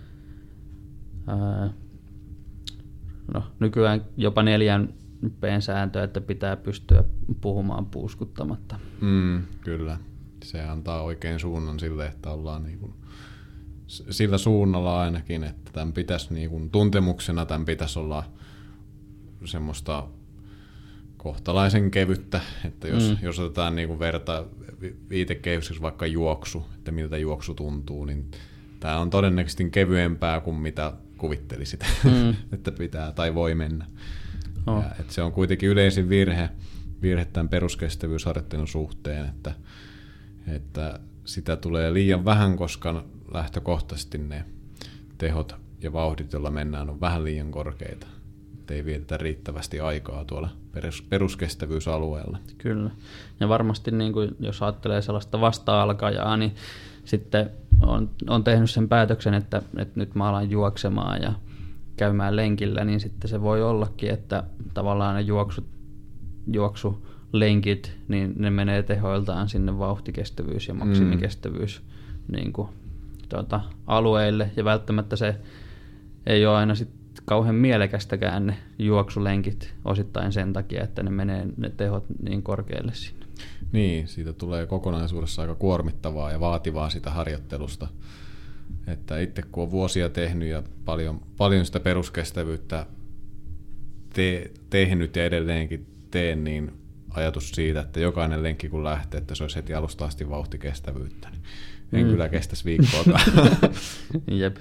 [SPEAKER 2] ää, no, nykyään jopa neljän P:n sääntö, että pitää pystyä puhumaan puuskuttamatta.
[SPEAKER 3] Mm, kyllä. Se antaa oikein suunnan sille, että ollaan niin kuin sillä suunnalla ainakin, että tämän pitäisi niin kuin, tuntemuksena tämän pitäisi olla semmoista kohtalaisen kevyttä, että jos, mm. jos otetaan niin kuin verta viitekehykseksi vaikka juoksu, että miltä juoksu tuntuu, niin tämä on todennäköisesti kevyempää kuin mitä kuvittelisit, mm. että pitää tai voi mennä. Oh. Ja, että se on kuitenkin yleisin virhe, virhe tämän peruskestävyysharjoittelun suhteen, että, että sitä tulee liian vähän, koska lähtökohtaisesti ne tehot ja vauhdit, joilla mennään, on vähän liian korkeita. Ei vietetä riittävästi aikaa tuolla perus, peruskestävyysalueella.
[SPEAKER 2] Kyllä. Ja varmasti niin kuin, jos ajattelee sellaista vasta-alkajaa, niin sitten on, on tehnyt sen päätöksen, että, että nyt mä alan juoksemaan ja käymään lenkillä, niin sitten se voi ollakin, että tavallaan ne juoksut, juoksulenkit, niin ne menee tehoiltaan sinne vauhtikestävyys- ja maksimikestävyys mm. niin kuin, tuota, alueille, ja välttämättä se ei ole aina sitten kauhean mielekästäkään ne juoksulenkit osittain sen takia, että ne menee ne tehot niin korkealle sinne.
[SPEAKER 3] Niin, siitä tulee kokonaisuudessa aika kuormittavaa ja vaativaa sitä harjoittelusta. Että itse kun on vuosia tehnyt ja paljon, paljon sitä peruskestävyyttä te, tehnyt ja edelleenkin teen, niin ajatus siitä, että jokainen lenkki kun lähtee, että se olisi heti alusta asti vauhtikestävyyttä, niin en mm. kyllä kestäisi viikkoakaan.
[SPEAKER 2] Jep.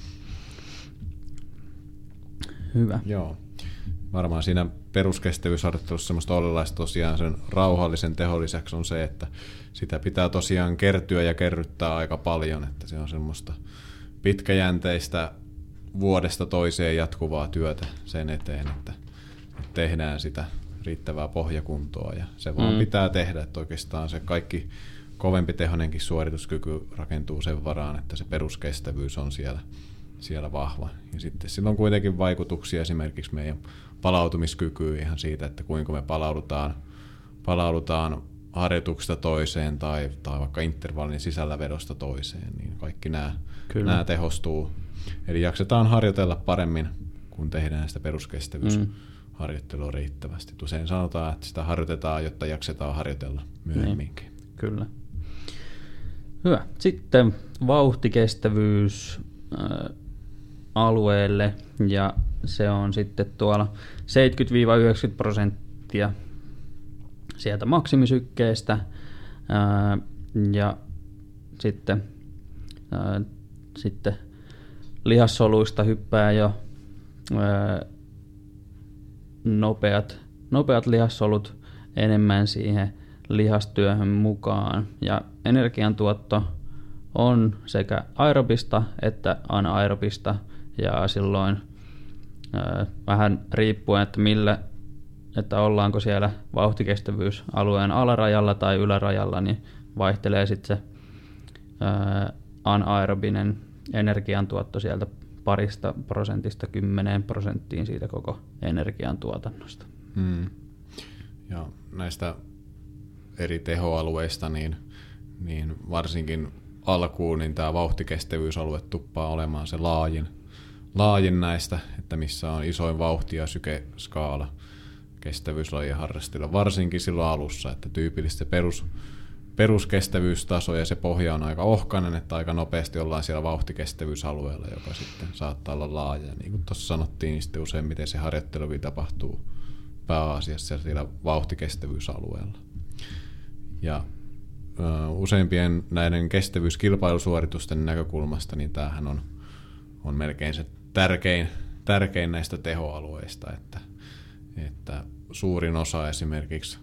[SPEAKER 2] Hyvä.
[SPEAKER 3] Joo. Varmaan siinä peruskestävyysharjoittelussa semmoista olennaista tosiaan sen rauhallisen tehon lisäksi on se, että sitä pitää tosiaan kertyä ja kerryttää aika paljon, että se on semmoista pitkäjänteistä vuodesta toiseen jatkuvaa työtä sen eteen, että tehdään sitä riittävää pohjakuntoa ja se vaan mm. pitää tehdä, että oikeastaan se kaikki kovempi tehonenkin suorituskyky rakentuu sen varaan, että se peruskestävyys on siellä siellä vahva. Ja sitten sillä on kuitenkin vaikutuksia esimerkiksi meidän palautumiskykyyn ihan siitä, että kuinka me palaudutaan, palaudutaan harjoituksesta toiseen tai, tai vaikka intervallin sisällä vedosta toiseen, niin kaikki nämä, nämä tehostuu. Eli jaksetaan harjoitella paremmin, kun tehdään sitä peruskestävyysharjoittelua riittävästi. Usein sanotaan, että sitä harjoitetaan, jotta jaksetaan harjoitella myöhemminkin.
[SPEAKER 2] Niin, kyllä. Hyvä. Sitten vauhtikestävyys alueelle, ja se on sitten tuolla seitsemänkymmentä yhdeksänkymmentä prosenttia sieltä maksimisykkeestä, ää, ja sitten, ää, sitten lihassoluista hyppää jo ää, nopeat, nopeat lihassolut enemmän siihen lihastyöhön mukaan, ja energiantuotto on sekä aerobista että anaerobista, ja silloin ää, vähän riippuen, että millä, että ollaanko siellä vauhtikestävyysalueen alarajalla tai ylärajalla, niin vaihtelee sitten se ää, anaerobinen energiantuotto sieltä parista prosentista kymmeneen prosenttiin siitä koko energiantuotannosta.
[SPEAKER 3] Hmm. Ja näistä eri tehoalueista, niin, niin varsinkin alkuun, niin tämä vauhtikestävyysalue tuppaa olemaan se laajin, laajin näistä, että missä on isoin vauhti- ja sykeskaala kestävyyslajien harrastajilla, varsinkin silloin alussa, että tyypillisesti perus, peruskestävyystaso ja se pohja on aika ohkainen, että aika nopeasti ollaan siellä vauhtikestävyysalueella, joka sitten saattaa olla laaja. Ja niin kuin tuossa sanottiin, niin sitten useimmiten se harjoittelu tapahtuu pääasiassa siellä vauhtikestävyysalueella. Ja ö, useimpien näiden kestävyyskilpailusuoritusten näkökulmasta, niin tämähän on, on melkein se tärkein, tärkein näistä tehoalueista, että, että suurin osa esimerkiksi,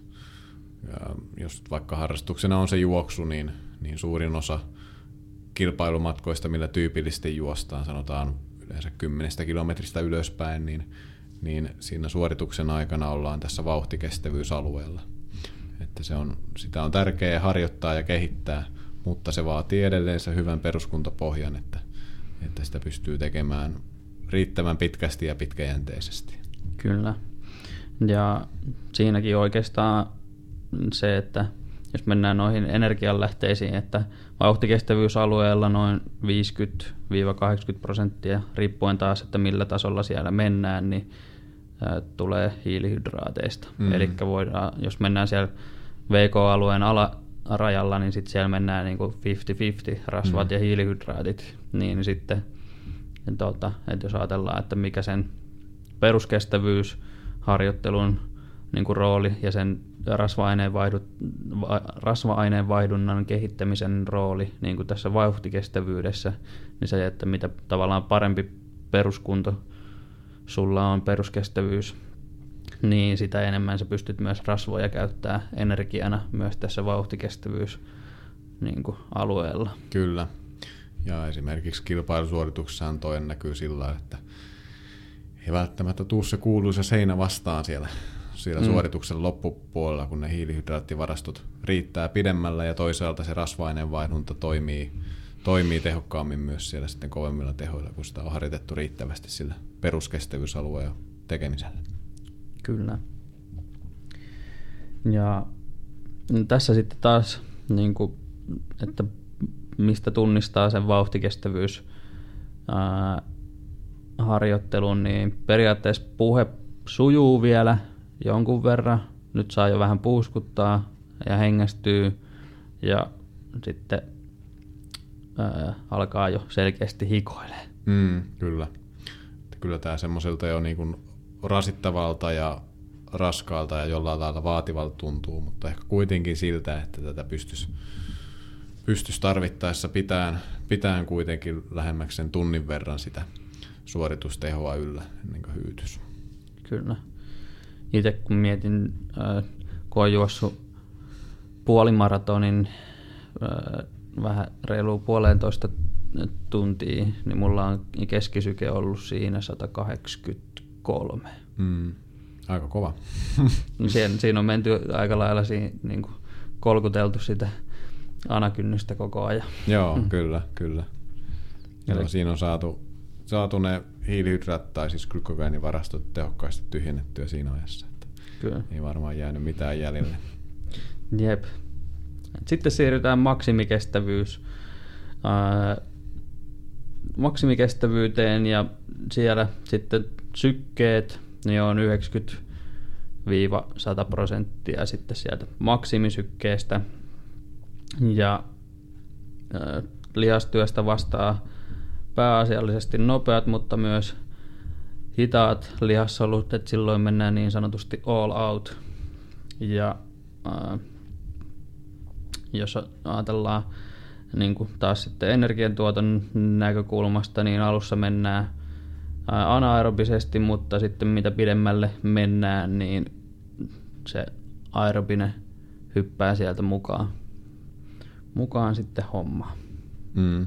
[SPEAKER 3] jos vaikka harrastuksena on se juoksu, niin, niin suurin osa kilpailumatkoista, millä tyypillisesti juostaan, sanotaan yleensä kymmenestä kilometristä ylöspäin, niin, niin siinä suorituksen aikana ollaan tässä vauhtikestävyysalueella. Että se on, sitä on tärkeää harjoittaa ja kehittää, mutta se vaatii edelleen sen hyvän peruskuntopohjan, että, että sitä pystyy tekemään riittävän pitkästi ja pitkäjänteisesti.
[SPEAKER 2] Kyllä. Ja siinäkin oikeastaan se, että jos mennään noihin energianlähteisiin, että vauhtikestävyysalueella noin viisikymmentä kahdeksankymmentä prosenttia, riippuen taas, että millä tasolla siellä mennään, niin ää, tulee hiilihydraateista. Mm. Eli voidaan, jos mennään siellä V K-alueen alarajalla, niin sitten siellä mennään niin kuin viisikymmentä viisikymmentä rasvat mm. ja hiilihydraatit. Niin sitten, tuota, että jos ajatellaan, että mikä sen peruskestävyysharjoittelun niin kuin rooli ja sen rasva-aineen, vaihdut, rasva-aineen vaihdunnan kehittämisen rooli niin kuin tässä vauhtikestävyydessä, niin se, että mitä tavallaan parempi peruskunto sulla on, peruskestävyys, niin sitä enemmän sä pystyt myös rasvoja käyttämään energiana myös tässä vauhtikestävyys niin kuin alueella.
[SPEAKER 3] Kyllä. Ja esimerkiksi kilpailusuorituksessahan toi näkyy sillä, että ei välttämättä tuu se kuuluisa seinä vastaan siellä siellä mm. suorituksen loppupuolella, kun ne hiilihydraattivarastot riittää pidemmällä ja toisaalta se rasva-aineen vaihdunta toimii, toimii tehokkaammin myös siellä sitten kovemmilla tehoilla, kun sitä on harjoitettu riittävästi sillä peruskestävyysalueen tekemisellä. Kyllä.
[SPEAKER 2] Ja tässä sitten taas, niin kuin, että mistä tunnistaa sen vauhtikestävyys ää, harjoittelun, niin periaatteessa puhe sujuu vielä jonkun verran, nyt saa jo vähän puuskuttaa ja hengästyy ja sitten ää, alkaa jo selkeästi hikoilemaan.
[SPEAKER 3] Mm, kyllä. Kyllä tämä semmoiselta jo niin kuin rasittavalta ja raskaalta ja jollain lailla vaativalta tuntuu, mutta ehkä kuitenkin siltä, että tätä pystyisi pystyisi tarvittaessa pitämään, pitämään kuitenkin lähemmäksi sen tunnin verran sitä suoritustehoa yllä ennen kuin hyytys.
[SPEAKER 2] Kyllä. Itse kun mietin, äh, kun olen juossut puolimaratonin äh, vähän reilu puolentoista tuntia, niin mulla on keskisyke ollut siinä sata kahdeksankymmentäkolme.
[SPEAKER 3] Mm, aika kova.
[SPEAKER 2] Siinä, siinä on menty aika lailla siinä, niin kuin kolkuteltu sitä anakynnystä koko ajan.
[SPEAKER 3] Joo, mm. kyllä, kyllä. Joo, siinä on saatu, saatu ne hiilihydraat tai siis glykogeenivarastot tehokkaasti tyhjennettyä siinä ajassa. Että kyllä. Ei varmaan jäänyt mitään jäljelle.
[SPEAKER 2] Jep. Sitten siirrytään maksimikestävyys. Ää, maksimikestävyyteen ja siellä sitten sykkeet, niin on yhdeksänkymmentä sata prosenttia sitten sieltä maksimisykkeestä. Ja ää, lihastyöstä vastaa pääasiallisesti nopeat, mutta myös hitaat lihassolut, että silloin mennään niin sanotusti all out. Ja ää, jos ajatellaan niin kuin taas sitten energiantuoton näkökulmasta, niin alussa mennään ää, anaerobisesti, mutta sitten mitä pidemmälle mennään, niin se aerobinen hyppää sieltä mukaan, mukaan sitten hommaan.
[SPEAKER 3] Mm.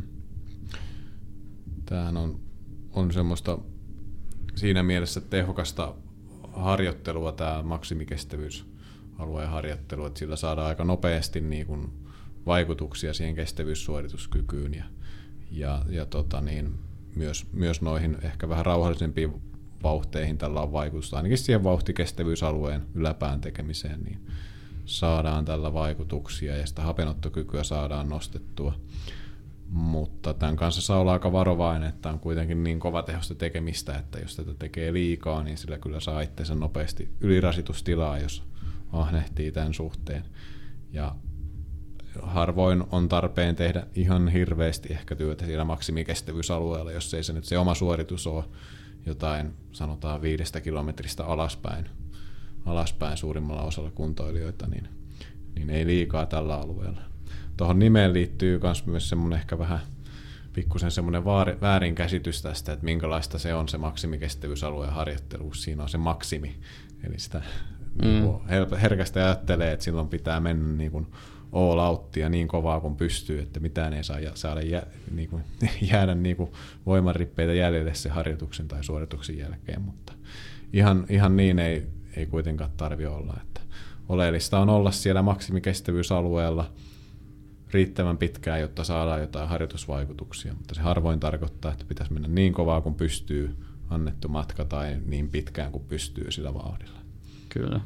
[SPEAKER 3] Tämähän on, on semmoista siinä mielessä tehokasta harjoittelua, tämä maksimikestävyysalueen harjoittelu, että sillä saadaan aika nopeasti niin kuin vaikutuksia siihen kestävyyssuorituskykyyn ja, ja, ja tota niin, myös, myös noihin ehkä vähän rauhallisempiin vauhteihin tällä on vaikutusta, ainakin siihen vauhtikestävyysalueen yläpään tekemiseen, niin saadaan tällä vaikutuksia ja sitä hapenottokykyä saadaan nostettua. Mutta tämän kanssa saa olla aika varovainen, että on kuitenkin niin kovatehosta tekemistä, että jos tätä tekee liikaa, niin sillä kyllä saa itsensä nopeasti ylirasitustilaa, jos ahnehtii tämän suhteen. Ja harvoin on tarpeen tehdä ihan hirveästi ehkä työtä siinä maksimikestävyysalueella, jos ei se nyt se oma suoritus ole jotain, sanotaan viidestä kilometristä alaspäin, alaspäin suurimmalla osalla kuntoilijoita, niin, niin ei liikaa tällä alueella. Tuohon nimeen liittyy myös semmoinen ehkä vähän pikkusen semmoinen väärinkäsitys tästä, että minkälaista se on se maksimikestävyysalueen harjoitteluus. Siinä on se maksimi, eli sitä mm. herkästi ajattelee, että silloin pitää mennä niin kuin all outtia niin kovaa kuin pystyy, että mitään ei saa saada jä, niin kuin, jäädä niin kuin voimanrippeitä jäljelle se harjoituksen tai suorituksen jälkeen, mutta ihan, ihan niin ei, ei kuitenkaan tarvitse olla. Että oleellista on olla siellä maksimikestävyysalueella riittävän pitkään, jotta saadaan jotain harjoitusvaikutuksia, mutta se harvoin tarkoittaa, että pitäisi mennä niin kovaa kuin pystyy annettu matka tai niin pitkään kuin pystyy sillä vauhdilla.
[SPEAKER 2] Kyllä.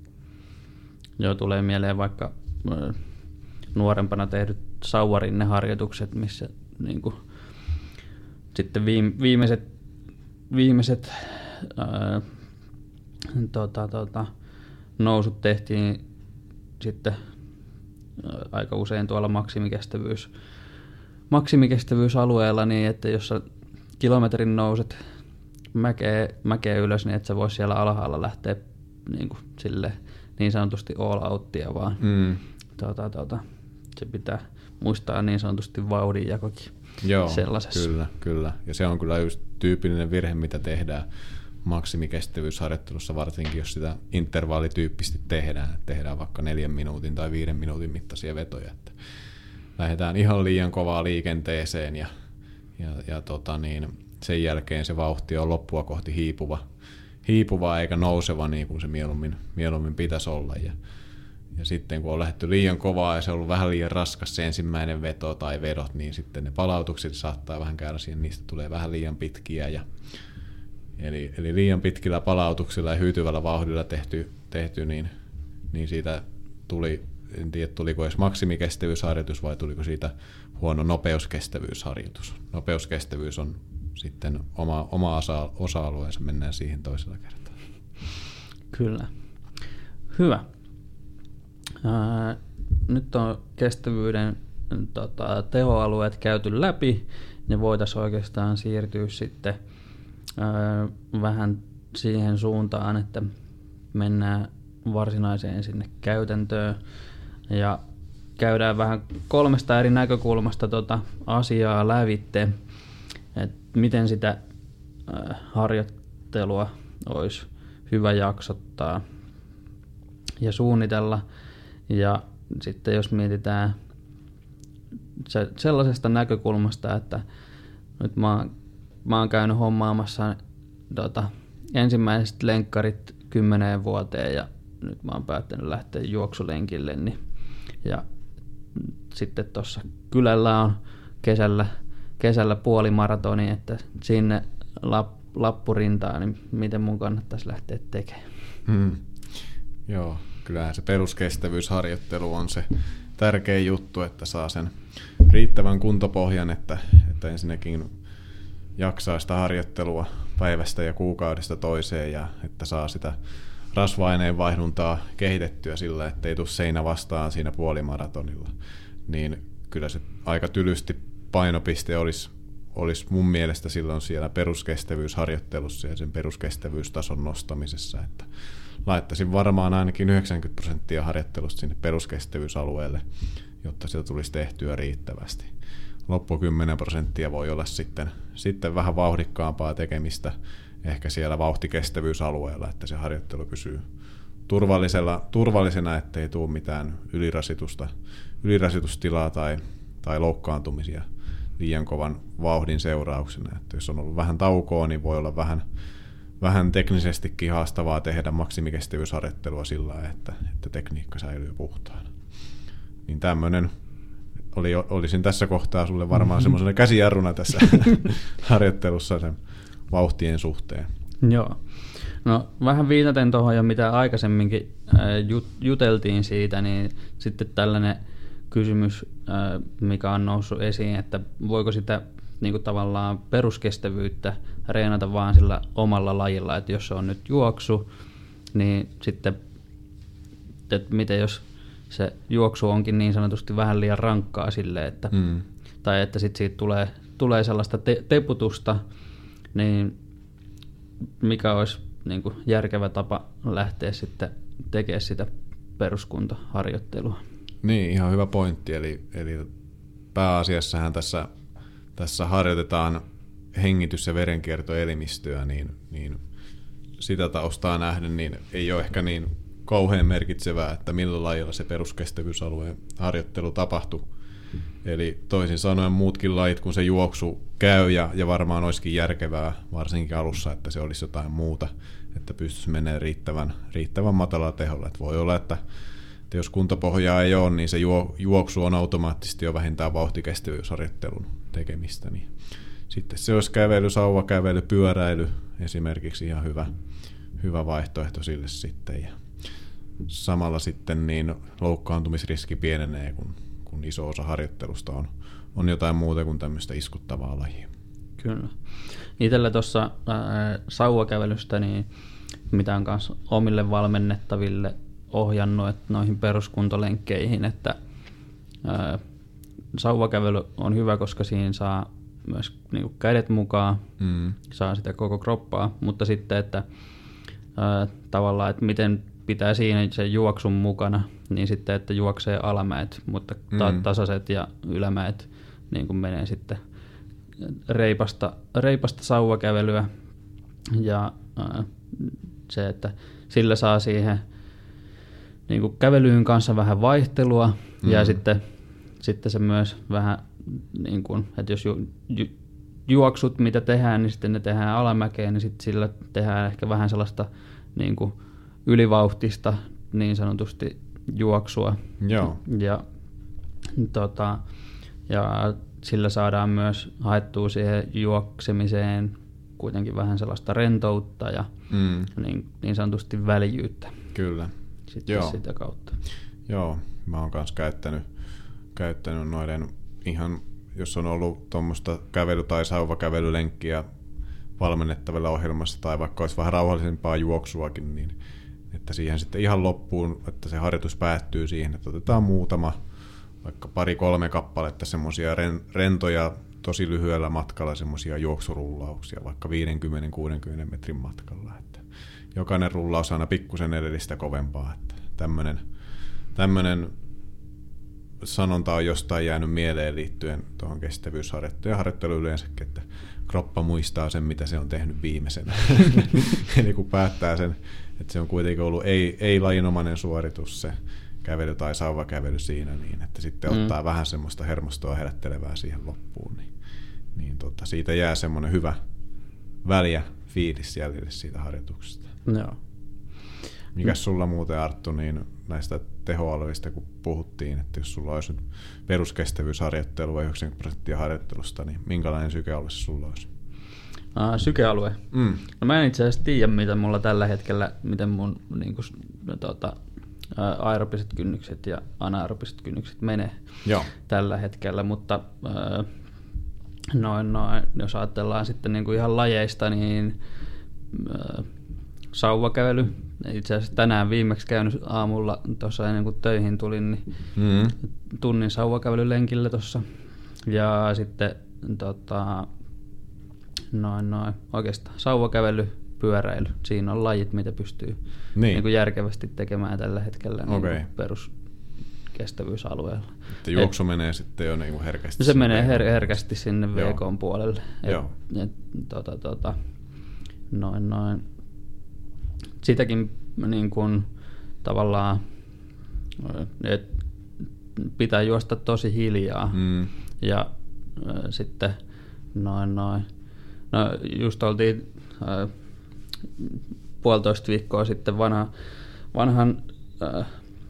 [SPEAKER 2] Joo, tulee mieleen vaikka nuorempana tehdyt sauvarinneharjoitukset, missä niin kuin, sitten viimeiset, viimeiset ää, tota, tota, nousut tehtiin sitten ää, aika usein tuolla maksimikestävyys, maksimikestävyysalueella niin, että jos sä kilometrin nouset mäkeä, mäkeä ylös, niin et sä vois siellä alhaalla lähteä niin, kuin, sille, niin sanotusti all outtia, vaan mm. Tuota, tuota, se pitää muistaa niin sanotusti vauhdinjakokin.
[SPEAKER 3] Joo,
[SPEAKER 2] sellaisessa.
[SPEAKER 3] Kyllä, kyllä. Ja se on kyllä just tyypillinen virhe, mitä tehdään maksimikestävyysharjoittelussa, varsinkin jos sitä intervallityyppisesti tehdään. Tehdään vaikka neljän minuutin tai viiden minuutin mittaisia vetoja. Että lähdetään ihan liian kovaa liikenteeseen ja, ja, ja tota niin, sen jälkeen se vauhti on loppua kohti hiipuva, hiipuva eikä nouseva niin kuin se mieluummin, mieluummin pitäisi olla. Ja Ja sitten kun on lähdetty liian kovaa ja se on ollut vähän liian raskas se ensimmäinen veto tai vedot, niin sitten ne palautukset saattaa vähän kärsiä, niistä tulee vähän liian pitkiä. Ja, eli, eli liian pitkillä palautuksilla ja hyytyvällä vauhdilla tehty, tehty, niin, niin siitä tuli, en tiedä tuliko edes maksimikestävyysharjoitus vai tuliko siitä huono nopeuskestävyysharjoitus. Nopeuskestävyys on sitten oma, oma osa, osa-alueensa, mennään siihen toisella kertaa.
[SPEAKER 2] Kyllä. Hyvä. Ää, nyt on kestävyyden tota, tehoalueet käyty läpi, niin voitaisiin oikeastaan siirtyä sitten ää, vähän siihen suuntaan, että mennään varsinaiseen sinne käytäntöön ja käydään vähän kolmesta eri näkökulmasta tota asiaa lävitte, että miten sitä ää, harjoittelua olisi hyvä jaksottaa ja suunnitella. Ja sitten jos mietitään se, sellaisesta näkökulmasta, että nyt mä oon, mä oon käynyt hommaamassa tota, ensimmäiset lenkkarit kymmeneen vuoteen ja nyt mä oon päättänyt lähteä juoksulenkille. Niin, ja sitten tuossa kylällä on kesällä, kesällä puolimaratoni, että sinne lap, lappurintaan, niin miten mun kannattaisi lähteä tekemään?
[SPEAKER 3] Hmm. Joo. Kyllähän se peruskestävyysharjoittelu on se tärkein juttu, että saa sen riittävän kuntopohjan, että, että ensinnäkin jaksaa sitä harjoittelua päivästä ja kuukaudesta toiseen ja että saa sitä rasva-aineen vaihduntaa kehitettyä sillä, ettei tule seinä vastaan siinä puolimaratonilla. Niin kyllä se aika tylysti painopiste olisi, olisi mun mielestä silloin siellä peruskestävyysharjoittelussa ja sen peruskestävyystason nostamisessa, että laittaisin varmaan ainakin yhdeksänkymmentä prosenttia harjoittelusta sinne peruskestävyysalueelle, jotta sitä tulisi tehtyä riittävästi. Loppu kymmenen prosenttia voi olla sitten, sitten vähän vauhdikkaampaa tekemistä ehkä siellä vauhtikestävyysalueella, että se harjoittelu pysyy turvallisella, turvallisena, ettei tule mitään ylirasitusta, ylirasitustilaa tai, tai loukkaantumisia liian kovan vauhdin seurauksena. Että jos on ollut vähän taukoa, niin voi olla vähän vähän teknisestikin haastavaa tehdä maksimikestävyysharjoittelua sillä lailla, että, että tekniikka säilyy puhtaana. Niin tämmöinen, oli, olisin tässä kohtaa sulle varmaan semmoisena käsijarruna tässä harjoittelussa sen vauhtien suhteen.
[SPEAKER 2] Joo. No vähän viitaten tuohon jo mitä aikaisemminkin jut, juteltiin siitä, niin sitten tällainen kysymys, mikä on noussut esiin, että voiko sitä niin kuin tavallaan peruskestävyyttä reenata vaan sillä omalla lajilla, että jos se on nyt juoksu, niin sitten että miten jos se juoksu onkin niin sanotusti vähän liian rankkaa sille, että, mm. tai että sit siitä tulee, tulee sellaista te- teputusta, niin mikä olisi niin kuin järkevä tapa lähteä sitten tekemään sitä peruskuntaharjoittelua.
[SPEAKER 3] Niin, ihan hyvä pointti. Eli, eli pääasiassahan tässä, tässä harjoitetaan hengitys- ja verenkiertoelimistöä, niin, niin sitä taustaa nähden niin ei ole ehkä niin kauhean merkitsevää, että millä lajilla se peruskestävyysalueen harjoittelu tapahtuu. Eli toisin sanoen muutkin lajit, kun se juoksu käy, ja, ja varmaan olisikin järkevää, varsinkin alussa, että se olisi jotain muuta, että pystyisi menemään riittävän, riittävän matalalla teholla. Että voi olla, että, että jos kuntopohjaa ei ole, niin se juoksu on automaattisesti jo vähintään vauhtikestävyysharjoittelun tekemistä. Niin sitten se olisi kävely, sauvakävely, pyöräily esimerkiksi ihan hyvä, hyvä vaihtoehto sille sitten. Ja samalla sitten niin loukkaantumisriski pienenee, kun, kun iso osa harjoittelusta on, on jotain muuta kuin tämmöistä iskuttavaa lajia.
[SPEAKER 2] Kyllä. Itsellä tuossa sauvakävelystä, niin mitä on kanssa omille valmennettaville ohjannut että noihin peruskuntolenkkeihin, että ää, sauvakävely on hyvä, koska siinä saa myös niin kuin kädet mukaan, mm. saa sitä koko kroppaa, mutta sitten, että ää, tavallaan, että miten pitää siinä sen juoksun mukana, niin sitten, että juoksee alamäet, mutta ta- mm. tasaiset ja ylämäet niin kuin menee sitten reipasta, reipasta sauvakävelyä ja ää, se, että sillä saa siihen niin kuin kävelyyn kanssa vähän vaihtelua mm. ja sitten, sitten se myös vähän, niin kuin, että jos ju, ju, juoksut, mitä tehdään, niin sitten ne tehdään alamäkeen, niin sitten sillä tehdään ehkä vähän sellaista niin kuin ylivauhtista niin sanotusti juoksua.
[SPEAKER 3] Joo.
[SPEAKER 2] Ja, tota, ja sillä saadaan myös haettua siihen juoksemiseen kuitenkin vähän sellaista rentoutta ja mm. niin, niin sanotusti väljyyttä.
[SPEAKER 3] Kyllä.
[SPEAKER 2] Sitten
[SPEAKER 3] Joo.
[SPEAKER 2] sitä kautta.
[SPEAKER 3] Joo, mä oon kanssa käyttänyt, käyttänyt noiden ihan, jos on ollut tuommoista kävely- tai sauvakävelylenkkiä valmennettavilla ohjelmassa tai vaikka olisi vähän rauhallisempaa juoksuakin, niin että siihen sitten ihan loppuun, että se harjoitus päättyy siihen, että otetaan muutama, vaikka pari-kolme kappaletta semmoisia rentoja tosi lyhyellä matkalla semmoisia juoksurullauksia, vaikka viisikymmentä kuusikymmentä metrin matkalla. Että jokainen rullaus aina pikkusen edellistä kovempaa. Että tämmöinen, tämmöinen sanonta on jostain jäänyt mieleen liittyen tuohon kestävyysharjoitteluun ja harjoitteluun yleensäkin, että kroppa muistaa sen, mitä se on tehnyt viimeisenä. Eli kun päättää sen, että se on kuitenkin ollut ei, ei-lajinomainen suoritus se kävely tai sauvakävely siinä, niin että sitten mm. ottaa vähän semmoista hermostoa herättelevää siihen loppuun, niin, niin tota, siitä jää semmoinen hyvä väliä fiilis jäljelle siitä harjoituksesta.
[SPEAKER 2] Joo.
[SPEAKER 3] Mikäs sulla muuten, Arttu, niin näistä tehoalueista, kun puhuttiin, että jos sulla olisi peruskestävyysharjoittelua yhdeksänkymmentä prosenttia harjoittelusta, niin minkälainen sykealue sulla olisi?
[SPEAKER 2] Ah, sykealue? Mm. No mä en itse asiassa tiedä, mitä mulla tällä hetkellä, miten mun niin kuin, tuota, aerobiset kynnykset ja anaerobiset kynnykset menee
[SPEAKER 3] Joo.
[SPEAKER 2] tällä hetkellä, mutta äh, noin, noin, jos ajatellaan sitten niin kuin ihan lajeista, niin äh, sauvakävely. Itse asiassa tänään viimeksi käynyt aamulla tuossa ennen kuin töihin tulin, niin mm-hmm. tunnin sauvakävelylenkillä tuossa. Ja sitten tota, noin, noin, oikeastaan sauvakävely, pyöräily. Siinä on lajit, mitä pystyy niin. Niin kuin järkevästi tekemään tällä hetkellä okay. niin peruskestävyysalueella. Että
[SPEAKER 3] juoksu et, menee sitten jo niin kuin herkästi.
[SPEAKER 2] Se menee her- herkästi sinne V K:n puolelle. Et, et, tota, tota, noin, noin. Sitäkin niin kuin, tavallaan et, pitää juosta tosi hiljaa. Mm. Ja äh, sitten noin, noin. No, just oltiin äh, puolitoista viikkoa sitten vanha, vanhan äh,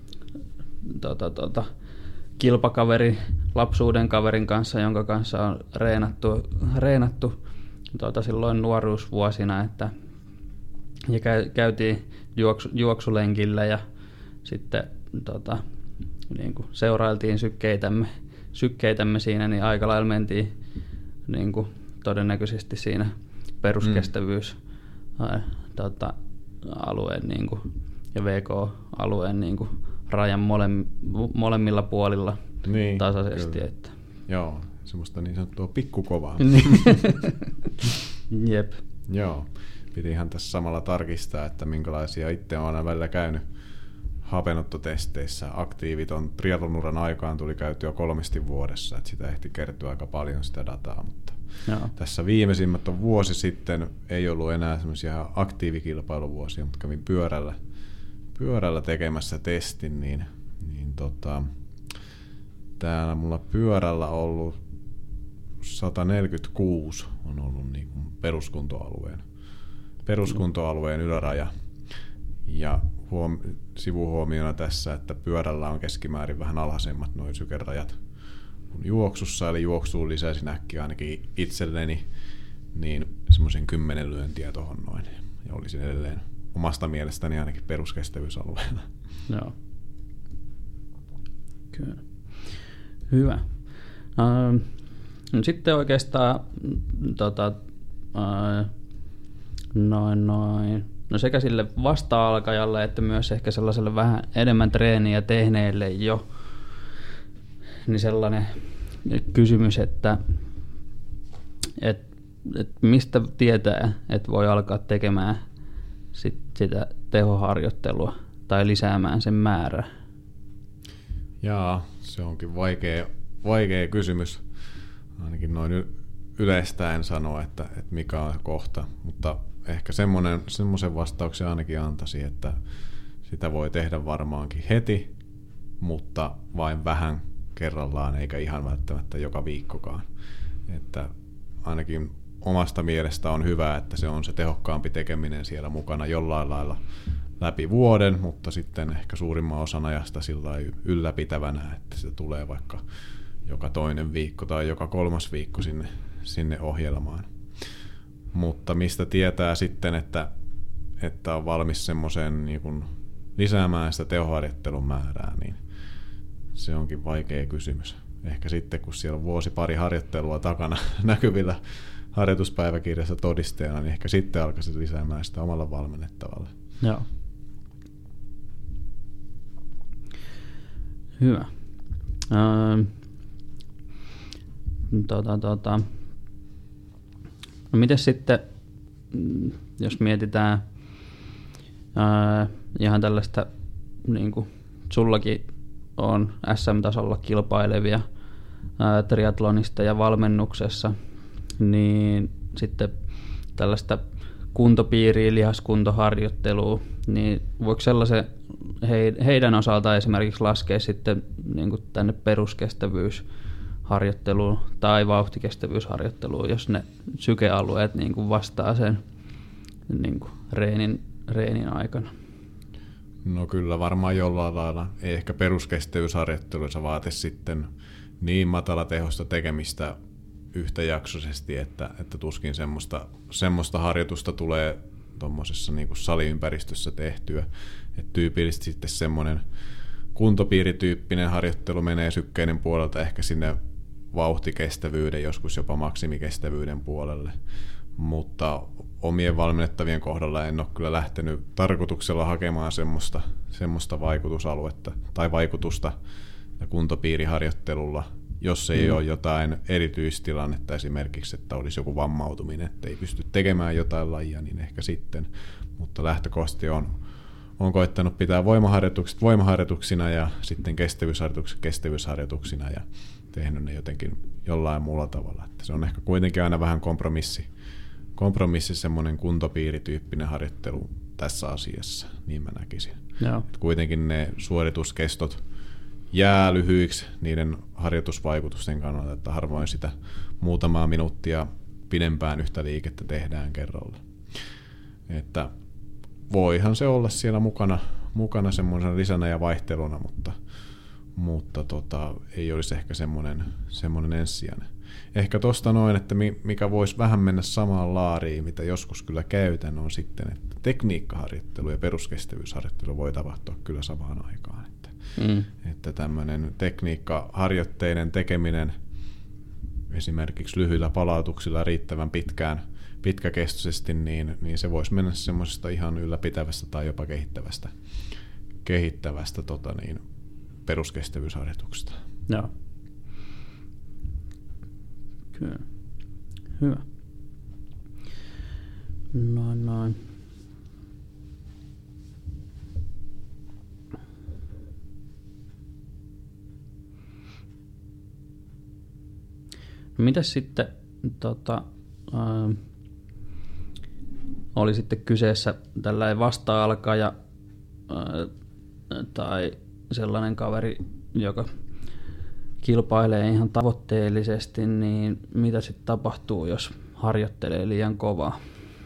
[SPEAKER 2] tota, tota, kilpakaveri, lapsuuden kaverin kanssa, jonka kanssa on reenattu, reenattu tota, silloin nuoruusvuosina, että ja käytiin juoksu, juoksulenkillä ja sitten tota, niin kuin seurailtiin sykkeitämme, sykkeitämme siinä, niin aika lailla mentiin niin kuin todennäköisesti siinä peruskestävyys mm. ä, tota, alueen niin kuin, ja V K-alueen niin kuin, rajan mole, molemmilla puolilla
[SPEAKER 3] niin,
[SPEAKER 2] tasaisesti. Että.
[SPEAKER 3] Joo, semmoista niin sanottua pikkukovaa.
[SPEAKER 2] Jep.
[SPEAKER 3] Joo, piti ihan tässä samalla tarkistaa, että minkälaisia itse olen aina välillä käynyt hapenottotesteissä. Aktiiviton triatlonuran aikaan tuli käyty jo kolmesti vuodessa, että sitä ehti kertyä aika paljon sitä dataa, mutta Joo. tässä viimeisimmät on vuosi sitten, ei ollut enää semmoisia aktiivikilpailuvuosia, mutta kävin pyörällä, pyörällä tekemässä testin, niin, niin tota, täällä mulla pyörällä ollut sata neljäkymmentäkuusi on ollut niin kuin peruskuntoalueen, peruskuntoalueen yläraja. Ja huom- sivuhuomiona tässä, että pyörällä on keskimäärin vähän alhaisemmat noin sykerajat kuin juoksussa, eli juoksuun lisäisin äkkiä ainakin itselleni niin semmoisen kymmenen lyöntiä tuohon noin. Ja olisin edelleen omasta mielestäni ainakin peruskestävyysalueella.
[SPEAKER 2] Joo. Kyllä. Hyvä. Ähm, sitten oikeastaan tota, äh, noin noin. No sekä sille vasta-alkajalle että myös ehkä sellaiselle vähän enemmän treeniä tehneille jo, niin sellainen kysymys, että et, et mistä tietää, että voi alkaa tekemään sit sitä tehoharjoittelua tai lisäämään sen määrää?
[SPEAKER 3] Jaa, se onkin vaikea, vaikea kysymys. Ainakin noin yleistäen sanoa, että, että mikä on kohta, mutta ehkä semmoinen, semmoisen vastauksen ainakin antaisi, että sitä voi tehdä varmaankin heti, mutta vain vähän kerrallaan, eikä ihan välttämättä joka viikkokaan. Että ainakin omasta mielestä on hyvä, että se on se tehokkaampi tekeminen siellä mukana jollain lailla läpi vuoden, mutta sitten ehkä suurimman osan ajasta sillä ylläpitävänä, että se tulee vaikka joka toinen viikko tai joka kolmas viikko sinne, sinne ohjelmaan. Mutta mistä tietää sitten, että, että on valmis semmoiseen niin kuin lisäämään sitä tehoharjoittelun määrää, niin se onkin vaikea kysymys. Ehkä sitten, kun siellä on vuosi pari harjoittelua takana näkyvillä harjoituspäiväkirjassa todisteena, niin ehkä sitten alkaisi lisäämään sitä omalla valmennettavalla.
[SPEAKER 2] Joo. Hyvä. Öö, tota, tota. No miten sitten, jos mietitään ää, ihan tällaista, niin kuin sullakin on S M-tasolla kilpailevia ää, triathlonista ja valmennuksessa, niin sitten tällaista kuntopiiriä, lihaskuntoharjoittelua, niin voiko sellaisen he, heidän osalta esimerkiksi laskea sitten niin kuin tänne peruskestävyysharjoitteluun tai vauhtikestävyysharjoitteluun, jos ne sykealueet niin kuin vastaa sen niin kuin reenin, reenin aikana?
[SPEAKER 3] No kyllä varmaan jollain lailla. Ei ehkä peruskestävyysharjoitteluissa vaati sitten niin matalatehosta tekemistä yhtäjaksoisesti, että, että tuskin semmoista, semmoista harjoitusta tulee tuommoisessa niin kuin saliympäristössä tehtyä. Et tyypillisesti sitten semmoinen kuntopiirityyppinen harjoittelu menee sykkeiden puolelta ehkä sinne vauhtikestävyyden, joskus jopa maksimikestävyyden puolelle. Mutta omien valmennettavien kohdalla en ole kyllä lähtenyt tarkoituksella hakemaan semmoista, semmoista vaikutusaluetta tai vaikutusta kuntopiiriharjoittelulla, jos ei mm. ole jotain erityistilannetta esimerkiksi, että olisi joku vammautuminen, että ei pysty tekemään jotain lajia, niin ehkä sitten. Mutta lähtökohtaisesti on, on koittanut pitää voimaharjoitukset voimaharjoituksina ja sitten kestävyysharjoitukset kestävyysharjoituksina ja tehnyt ne jotenkin jollain muulla tavalla. Että se on ehkä kuitenkin aina vähän kompromissi, kompromissi semmoinen kuntopiirityyppinen harjoittelu tässä asiassa, niin mä näkisin.
[SPEAKER 2] Joo.
[SPEAKER 3] Kuitenkin ne suorituskestot jää lyhyiksi niiden harjoitusvaikutusten kannalta, että harvoin sitä muutamaa minuuttia pidempään yhtä liikettä tehdään kerralla. Että voihan se olla siellä mukana, mukana semmoisena lisänä ja vaihteluna, mutta, mutta tota, ei olisi ehkä semmoinen, semmoinen ensisijainen. Ehkä tuosta noin, että mikä voisi vähän mennä samaan laariin, mitä joskus kyllä käytän, on sitten, että tekniikkaharjoittelu ja peruskestävyysharjoittelu voi tapahtua kyllä samaan aikaan. Että, mm. että tämmöinen tekniikkaharjoitteinen tekeminen esimerkiksi lyhyillä palautuksilla riittävän pitkään, pitkäkestoisesti, niin, niin se voisi mennä semmoisesta ihan ylläpitävästä tai jopa kehittävästä kehittävästä tota niin, peruskestävyysharjoituksesta.
[SPEAKER 2] Joo. Kyllä. Hyvä. Noin, noin. No mitäs sitten tota, äh, oli sitten kyseessä tällainen vasta-alkaja äh, tai sellainen kaveri, joka kilpailee ihan tavoitteellisesti, niin mitä sitten tapahtuu, jos harjoittelee liian kovaa?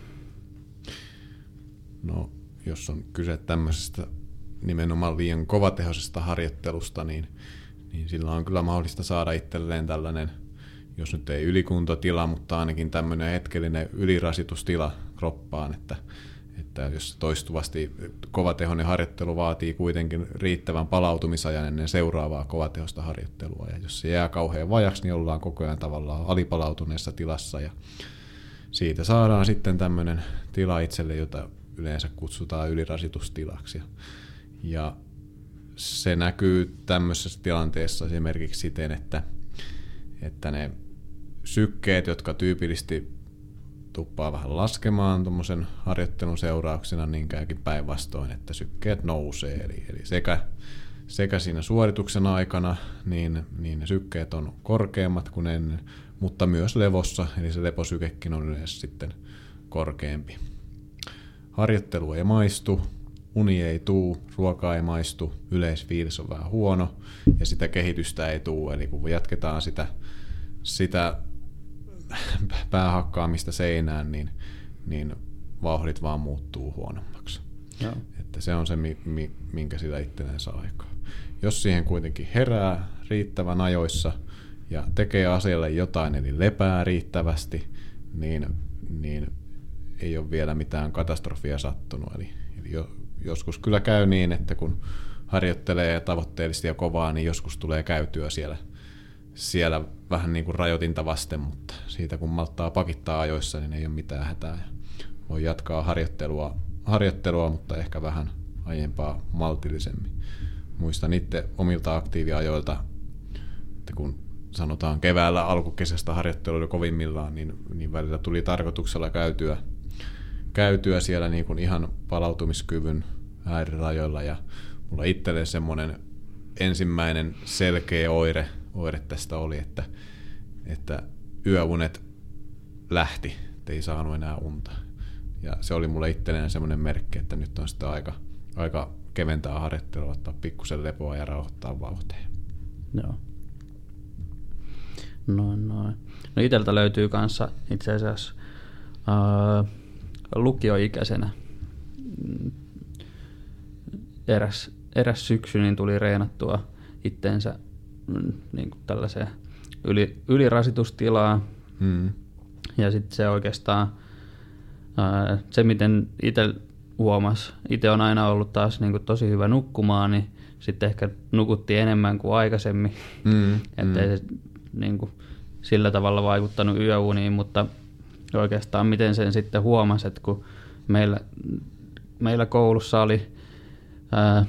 [SPEAKER 3] No, jos on kyse tämmöisestä nimenomaan liian kovatehoisesta harjoittelusta, niin, niin sillä on kyllä mahdollista saada itselleen tällainen, jos nyt ei ylikuntotila, mutta ainakin tämmöinen hetkellinen ylirasitustila kroppaan, että, että jos toistuvasti kovatehoinen harjoittelu vaatii kuitenkin riittävän palautumisajan ennen seuraavaa kovatehoista harjoittelua, ja jos se jää kauhean vajaksi, niin ollaan koko ajan tavallaan alipalautuneessa tilassa, ja siitä saadaan sitten tämmöinen tila itselle, jota yleensä kutsutaan ylirasitustilaksi. Ja se näkyy tämmöisessä tilanteessa esimerkiksi siten, että, että ne sykkeet, jotka tyypillisesti tuppaa vähän laskemaan tuommoisen harjoittelun seurauksena, niin käykin päinvastoin, että sykkeet nousee. Eli, eli sekä, sekä siinä suorituksen aikana niin, niin ne sykkeet on korkeammat kuin ennen, mutta myös levossa, eli se leposykekin on yleensä sitten korkeampi. Harjoittelu ei maistu, uni ei tuu, ruoka ei maistu, yleisfiilis on vähän huono ja sitä kehitystä ei tuu. Eli kun jatketaan sitä, sitä päähakkaamista seinään, niin, niin vauhdit vaan muuttuu huonommaksi. Joo. Että se on se, minkä sitä itselleen saa aikaa. Jos siihen kuitenkin herää riittävän ajoissa ja tekee asialle jotain, eli lepää riittävästi, niin, niin ei ole vielä mitään katastrofia sattunut. Eli, eli jo, joskus kyllä käy niin, että kun harjoittelee tavoitteellisesti ja kovaa, niin joskus tulee käytyä siellä, siellä vähän niin kuin rajoitinta vasten, mutta siitä kun malttaa pakittaa ajoissa, niin ei ole mitään hätää. Voi jatkaa harjoittelua, harjoittelua mutta ehkä vähän aiempaa maltillisemmin. Muistan itse omilta aktiiviajoilta, että kun sanotaan keväällä alkukesästä harjoittelua kovimmillaan, niin, niin välillä tuli tarkoituksella käytyä, käytyä siellä niin kuin ihan palautumiskyvyn äärirajoilla, ja mulla itselleen semmoinen ensimmäinen selkeä oire, oire tästä oli, että, että yöunet lähti, ettei saanut enää unta. Ja se oli mulle itselleen semmoinen merkki, että nyt on sitä aika, aika keventää harjoittelua, ottaa pikkusen lepoa ja rauhoittaa vauhteen.
[SPEAKER 2] Joo. Noin, noin. No iteltä löytyy kanssa itse asiassa ää, lukioikäisenä eräs, eräs syksy, niin tuli reenattua itteensä niin kuin tällaiseen yli, ylirasitustilaan. Mm. Ja sitten se oikeastaan, ää, se miten itse huomasi, itse on aina ollut taas niin kuin tosi hyvä nukkumaan, niin sitten ehkä nukuttiin enemmän kuin aikaisemmin. Mm. Että ei se niin kuin sillä tavalla vaikuttanut yöuniin, mutta oikeastaan miten sen sitten huomasi, että kun meillä, meillä koulussa oli ää,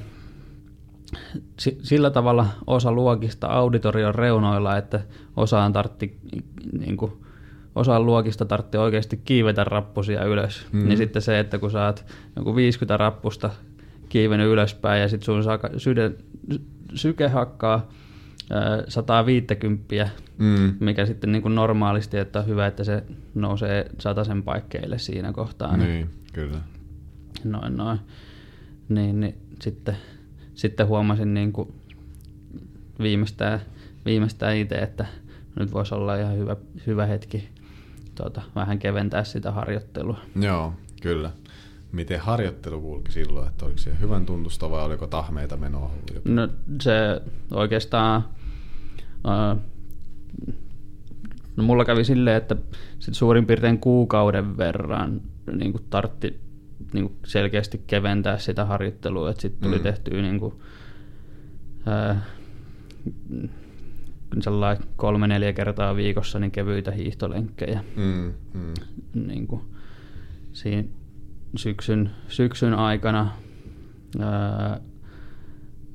[SPEAKER 2] sillä tavalla osa luokista auditorion reunoilla, että osaan, tartti, niin kuin, osaan luokista tarvitsi oikeasti kiivetä rappusia ylös. Mm. Niin sitten se, että kun saat joku viisikymmentä rappusta kiivennyt ylöspäin ja sitten sun sydän, syke hakkaa sata viisikymmentä, mm. mikä sitten niin kuin normaalisti, että on hyvä, että se nousee satasen paikkeille siinä kohtaa.
[SPEAKER 3] Niin, niin kyllä.
[SPEAKER 2] Noin, noin. Niin, niin sitten, sitten huomasin niin kuin viimeistään, viimeistään itse, että nyt voisi olla ihan hyvä, hyvä hetki tuota, vähän keventää sitä harjoittelua.
[SPEAKER 3] Joo, kyllä. Miten harjoittelu kulki silloin, että oliko se hyvän tuntusta vai oliko tahmeita menoa ollut jopa?
[SPEAKER 2] No se oikeastaan, äh, no mulla kävi silleen, että sit suurin piirtein kuukauden verran niin kuin tartti niin kuin selkeästi keventää sitä harjoittelua, että sitten tuli mm. tehtyä niin kuin, äh, sellainen kolme neljä kertaa viikossa niin kevyitä hiihtolenkkejä. Mm, mm. Niin kuin siinä syksyn, syksyn aikana ää,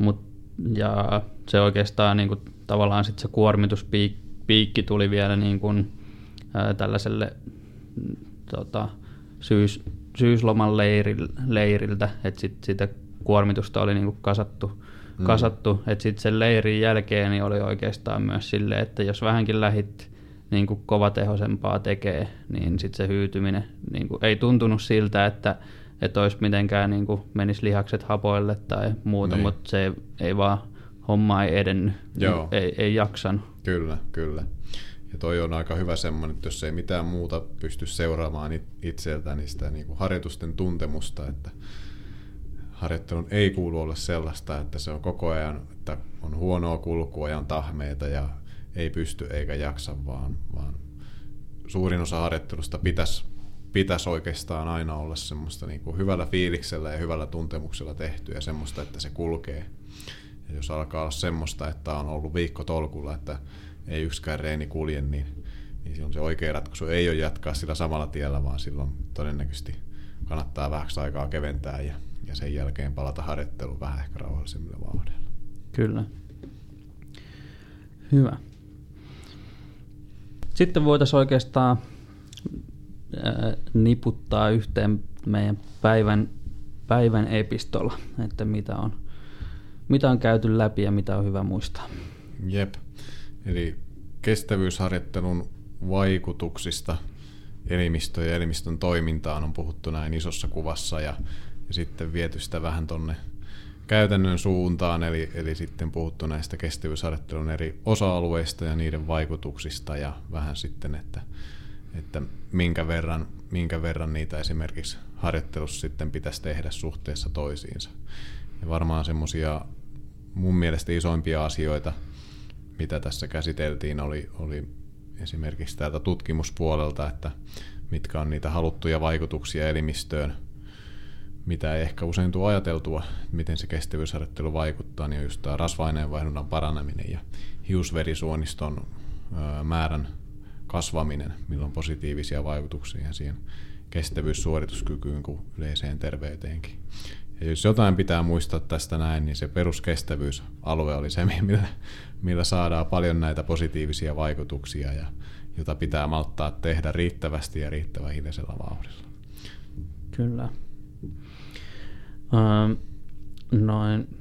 [SPEAKER 2] Mut, ja se oikeastaan niin kuin, tavallaan sit se kuormituspiikki tuli vielä niin kuin, ää, tällaiselle tota, syys, syysloman leiril, leiriltä, että sit sitä kuormitusta oli niin kuin kasattu, mm. kasattu. että sitten sen leirin jälkeen niin oli oikeastaan myös silleen, että jos vähänkin lähit niin kuin kovatehoisempaa tekee, niin sitten se hyytyminen niin kuin ei tuntunut siltä, että, että olisi mitenkään niin kuin menisi lihakset hapoille tai muuta, niin. Mutta se ei vaan, homma ei edennyt,
[SPEAKER 3] Joo.
[SPEAKER 2] ei, ei jaksanut.
[SPEAKER 3] Kyllä, kyllä. Ja toi on aika hyvä semmoinen, että jos ei mitään muuta pysty seuraamaan itseltä, niin sitä niin kuin harjoitusten tuntemusta, että harjoittelun ei kuulu olla sellaista, että se on koko ajan, että on huonoa kulkua ja on tahmeita ja ei pysty eikä jaksa, vaan, vaan suurin osa harjoittelusta pitäisi, pitäisi oikeastaan aina olla semmoista niin kuin hyvällä fiiliksellä ja hyvällä tuntemuksella tehty ja semmoista, että se kulkee. Ja jos alkaa olla semmoista, että on ollut viikko tolkulla, että ei yksikään reeni kulje, niin, niin silloin se oikea ratkaisu ei ole jatkaa sillä samalla tiellä, vaan silloin todennäköisesti kannattaa vähäksi aikaa keventää ja, ja sen jälkeen palata harjoitteluun vähän ehkä rauhallisemmilla vauhdilla.
[SPEAKER 2] Kyllä. Hyvä. Sitten voitaisiin oikeastaan ää, niputtaa yhteen meidän päivän, päivän epistola, että mitä on, mitä on käyty läpi ja mitä on hyvä muistaa.
[SPEAKER 3] Jep. Eli kestävyysharjoittelun vaikutuksista elimistöön ja elimistön toimintaan on puhuttu näin isossa kuvassa ja, ja sitten viety sitä vähän tonne käytännön suuntaan, eli, eli sitten puhuttu näistä kestävyysharjoittelun eri osa-alueista ja niiden vaikutuksista ja vähän sitten, että, että minkä, verran, minkä verran niitä esimerkiksi harjoittelussa sitten pitäisi tehdä suhteessa toisiinsa. Ja varmaan semmoisia mun mielestä isoimpia asioita, mitä tässä käsiteltiin, oli, oli esimerkiksi täältä tutkimuspuolelta, että mitkä on niitä haluttuja vaikutuksia elimistöön, mitä ei ehkä usein tule ajateltua, miten se kestävyysharjoittelu vaikuttaa, niin on just tämä rasva-aineenvaihdunnan paraneminen ja hiusverisuoniston ö, määrän kasvaminen, millä on positiivisia vaikutuksia siihen kestävyyssuorituskykyyn kuin yleiseen terveyteenkin. Ja jos jotain pitää muistaa tästä näin, niin se peruskestävyysalue oli se, millä, millä saadaan paljon näitä positiivisia vaikutuksia ja jota pitää malttaa tehdä riittävästi ja riittävän hiljaisella vauhdilla.
[SPEAKER 2] Kyllä. Uh, noin.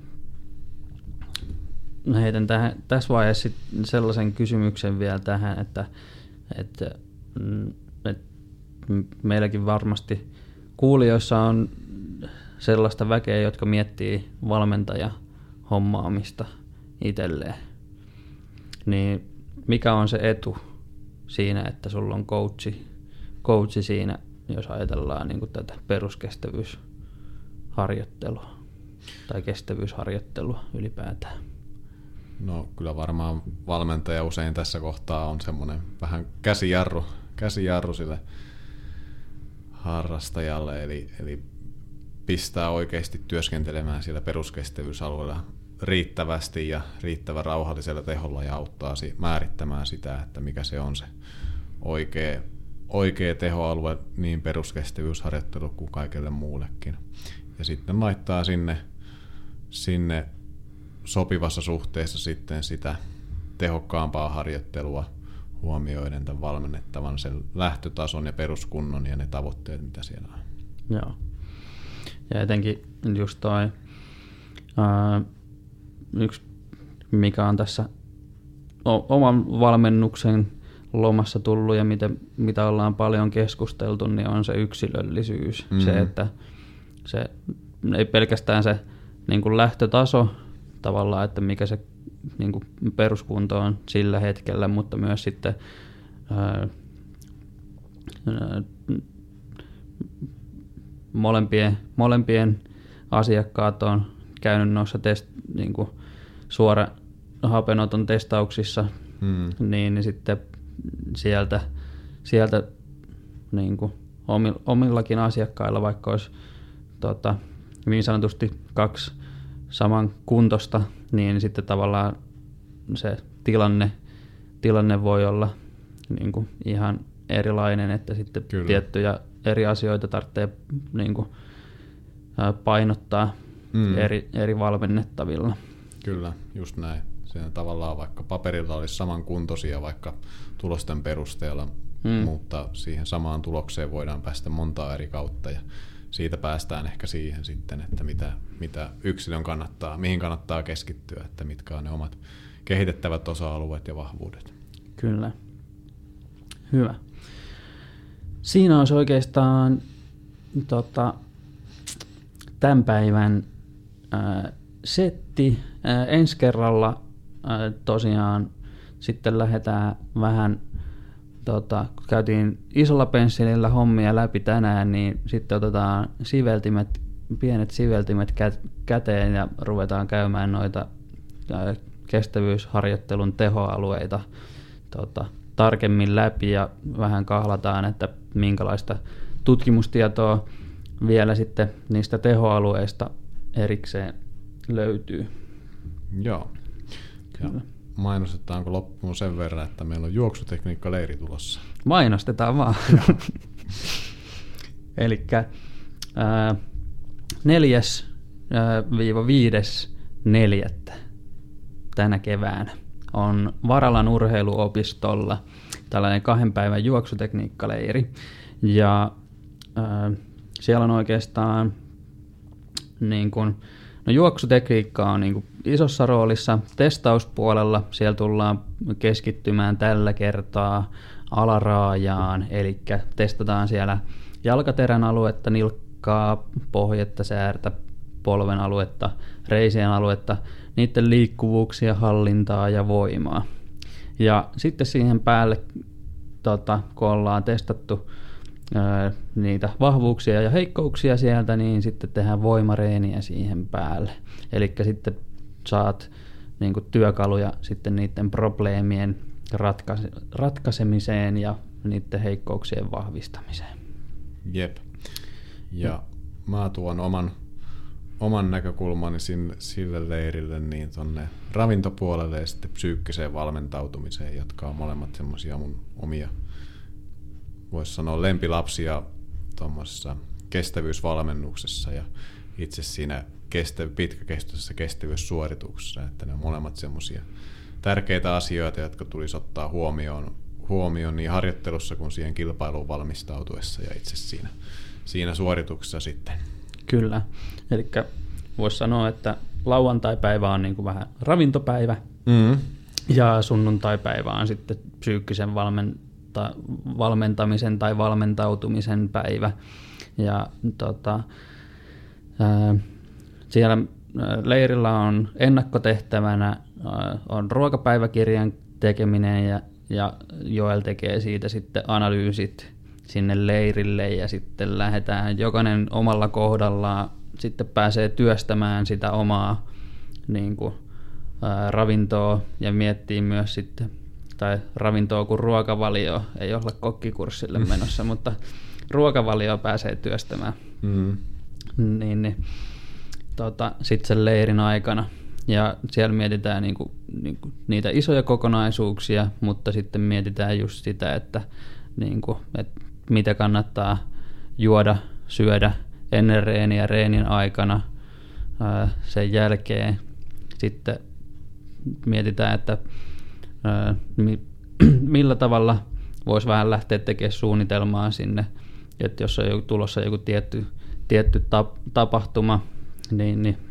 [SPEAKER 2] Heitän tähän, tässä vaiheessa sellaisen kysymyksen vielä tähän, että, että, että meilläkin varmasti kuulijoissa on sellaista väkeä, jotka miettii valmentaja hommaamista itselleen. Niin mikä on se etu siinä, että sulla on coachi, coachi siinä, jos ajatellaan niin kuin tätä peruskestävyysharjoittelua tai kestävyysharjoittelua ylipäätään?
[SPEAKER 3] No kyllä varmaan valmentaja usein tässä kohtaa on semmoinen vähän käsijarru, käsijarru sille harrastajalle, eli, eli pistää oikeasti työskentelemään siellä peruskestävyysalueella riittävästi ja riittävän rauhallisella teholla ja auttaa määrittämään sitä, että mikä se on se oikea, oikea tehoalue niin peruskestävyysharjoittelu kuin kaikille muullekin. Ja sitten laittaa sinne, sinne sopivassa suhteessa sitten sitä tehokkaampaa harjoittelua huomioiden tämän valmennettavan sen lähtötason ja peruskunnon ja ne tavoitteet, mitä siellä on.
[SPEAKER 2] Joo. Ja etenkin just toi ää, yksi, mikä on tässä o- oman valmennuksen lomassa tullut ja mitä, mitä ollaan paljon keskusteltu, niin on se yksilöllisyys. Mm-hmm. Se, että se ei pelkästään se niin kuin lähtötaso tavallaan, että mikä se niin kuin peruskunto on sillä hetkellä, mutta myös sitten ää, ää, molempien, molempien asiakkaat on käynyt noissa test, niin kuin suora hapenoton testauksissa, hmm. niin, niin sitten sieltä, sieltä niin kuin omillakin asiakkailla, vaikka olisi tota, niin sanotusti kaksi saman kuntosta, niin sitten tavallaan se tilanne, tilanne voi olla niin kuin ihan erilainen, että sitten Kyllä. tiettyjä eri asioita tarvitsee niin kuin painottaa mm. eri, eri valmennettavilla.
[SPEAKER 3] Kyllä, just näin. Siinä tavallaan vaikka paperilla olisi samankuntoisia vaikka tulosten perusteella, hmm. mutta siihen samaan tulokseen voidaan päästä montaa eri kautta ja siitä päästään ehkä siihen sitten, että mitä, mitä yksilön kannattaa, mihin kannattaa keskittyä, että mitkä on ne omat kehitettävät osa-alueet ja vahvuudet.
[SPEAKER 2] Kyllä. Hyvä. Siinä olisi oikeastaan tota, tämän päivän ää, setti. Ää, ensi kerralla ää, tosiaan sitten lähdetään vähän, tota, kun käytiin isolla pensselillä hommia läpi tänään, niin sitten otetaan siveltimet, pienet siveltimet kä- käteen ja ruvetaan käymään noita ää, kestävyysharjoittelun tehoalueita tota, tarkemmin läpi ja vähän kahlataan, että minkälaista tutkimustietoa vielä sitten niistä tehoalueista erikseen löytyy.
[SPEAKER 3] Joo. Ja mainostetaanko loppuun sen verran, että meillä on juoksutekniikka-leiri tulossa?
[SPEAKER 2] Mainostetaan vaan. Elikkä ää, neljäs ää, viiva viides neljättä tänä keväänä on Varalan urheiluopistolla tällainen kahden päivän juoksutekniikkaleiri. Ja äh, siellä on oikeastaan niin kun, no juoksutekniikka on niin kun isossa roolissa testauspuolella. Siellä tullaan keskittymään tällä kertaa alaraajaan, eli testataan siellä jalkaterän aluetta, nilkkaa, pohjetta, säärtä, polven aluetta, reisien aluetta, niiden liikkuvuuksia, hallintaa ja voimaa. Ja sitten siihen päälle, tota, kun ollaan testattu ää, niitä vahvuuksia ja heikkouksia sieltä, niin sitten tehdään voimareeniä siihen päälle. Eli sitten saat niin kuin työkaluja sitten niiden probleemien ratkaise- ratkaisemiseen ja niiden heikkouksien vahvistamiseen.
[SPEAKER 3] Jep. Ja mä tuon oman oman näkökulmani sinne, sille leirille niin tonne ravintopuolelle ja sitten psyykkiseen valmentautumiseen, jotka on molemmat semmoisia mun omia, voisi sanoa lempilapsia tuommoisessa kestävyysvalmennuksessa ja itse siinä kestä, pitkäkestoisessa kestävyyssuorituksessa, että ne on molemmat semmoisia tärkeitä asioita, jotka tulisi ottaa huomioon, huomioon niin harjoittelussa kuin siihen kilpailuun valmistautuessa ja itse siinä, siinä suorituksessa sitten.
[SPEAKER 2] Kyllä. Eli voisi sanoa, että lauantai-päivä on niin kuin vähän ravintopäivä mm. ja sunnuntai-päivä on sitten psyykkisen valmenta- valmentamisen tai valmentautumisen päivä. Ja tota, ää, siellä leirillä on ennakkotehtävänä ää, on ruokapäiväkirjan tekeminen ja, ja Joel tekee siitä sitten analyysit sinne leirille ja sitten lähdetään jokainen omalla kohdallaan, sitten pääsee työstämään sitä omaa niin kuin, ää, ravintoa ja miettii myös sitten, tai ravintoa kuin ruokavalio, ei olla kokkikurssille menossa, mutta ruokavalio pääsee työstämään mm. niin, niin, tota, sitten sen leirin aikana. Ja siellä mietitään niinku, niinku, niitä isoja kokonaisuuksia, mutta sitten mietitään just sitä, että niinku, et mitä kannattaa juoda, syödä ennen reeniä, reenin aikana, ää, sen jälkeen. Sitten mietitään, että ää, mi, millä tavalla voisi vähän lähteä tekemään suunnitelmaa sinne, että jos on tulossa joku tietty, tietty tap, tapahtuma, niin, niin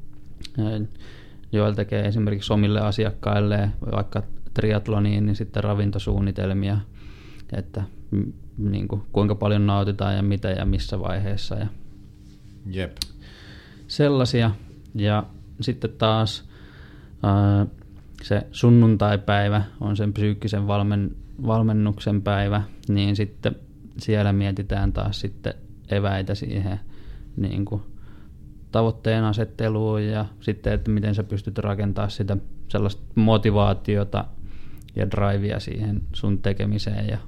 [SPEAKER 2] ää, Joel tekee esimerkiksi omille asiakkaille vaikka triatloniin, niin sitten ravintosuunnitelmia, että niin kuin, kuinka paljon nautitaan ja mitä ja missä vaiheessa. Ja
[SPEAKER 3] Jep.
[SPEAKER 2] Sellaisia. Ja sitten taas ää, se sunnuntaipäivä on sen psyykkisen valmen, valmennuksen päivä, niin sitten siellä mietitään taas sitten eväitä siihen niin kuin tavoitteen asetteluun ja sitten, että miten sä pystyt rakentamaan sitä sellaista motivaatiota ja drivea siihen sun tekemiseen ja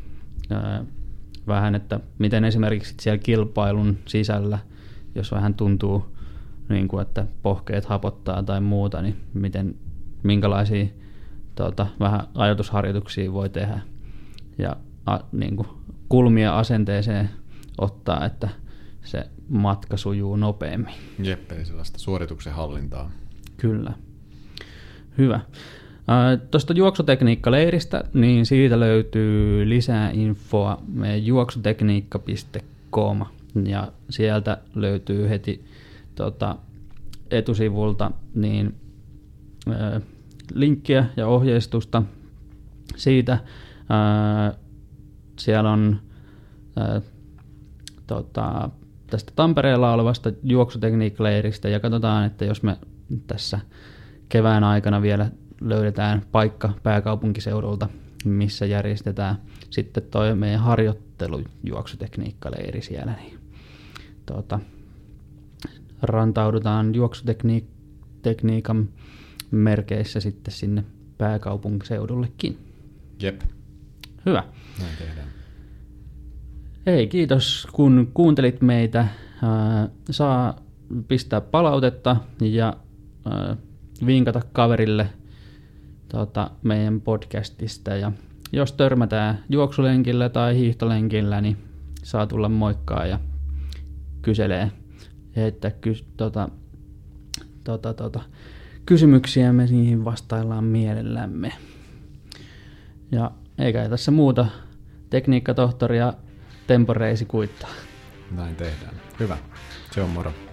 [SPEAKER 2] ää, vähän, että miten esimerkiksi siellä kilpailun sisällä, jos vähän tuntuu niin kuin, että pohkeet hapottaa tai muuta, niin miten, minkälaisia tuota, vähän ajatusharjoituksia voi tehdä ja a, niin kuin kulmia asenteeseen ottaa, että se matka sujuu nopeammin.
[SPEAKER 3] Jep, eli sellaista suorituksen hallintaa.
[SPEAKER 2] Kyllä. Hyvä. Tuosta juoksutekniikkaleiristä, niin siitä löytyy lisää infoa meidän juoksutekniikka piste com ja sieltä löytyy heti tota, etusivulta niin, ää, linkkiä ja ohjeistusta siitä. Ää, siellä on ää, tota, tästä Tampereella olevasta juoksutekniikkaleiristä ja katsotaan, että jos me tässä kevään aikana vielä löydetään paikka pääkaupunkiseudulta, missä järjestetään sitten toi meidän harjoittelujuoksutekniikkaleiri siellä, niin tuota, rantaudutaan juoksutekniikan merkeissä sitten sinne pääkaupunkiseudullekin.
[SPEAKER 3] Jep.
[SPEAKER 2] Hyvä.
[SPEAKER 3] Näin tehdään.
[SPEAKER 2] Hei, kiitos kun kuuntelit meitä. Saa pistää palautetta ja vinkata kaverille tuota, meidän podcastista. Ja jos törmätään juoksulenkillä tai hiihtolenkillä, niin saa tulla moikkaa ja kyselee ja heittää ky- tota, tota, tota, kysymyksiä, me niihin vastaillaan mielellämme. Ja eikä tässä muuta, tekniikkatohtoria Temporeisi kuittaa.
[SPEAKER 3] Näin tehdään. Hyvä. Se on moro.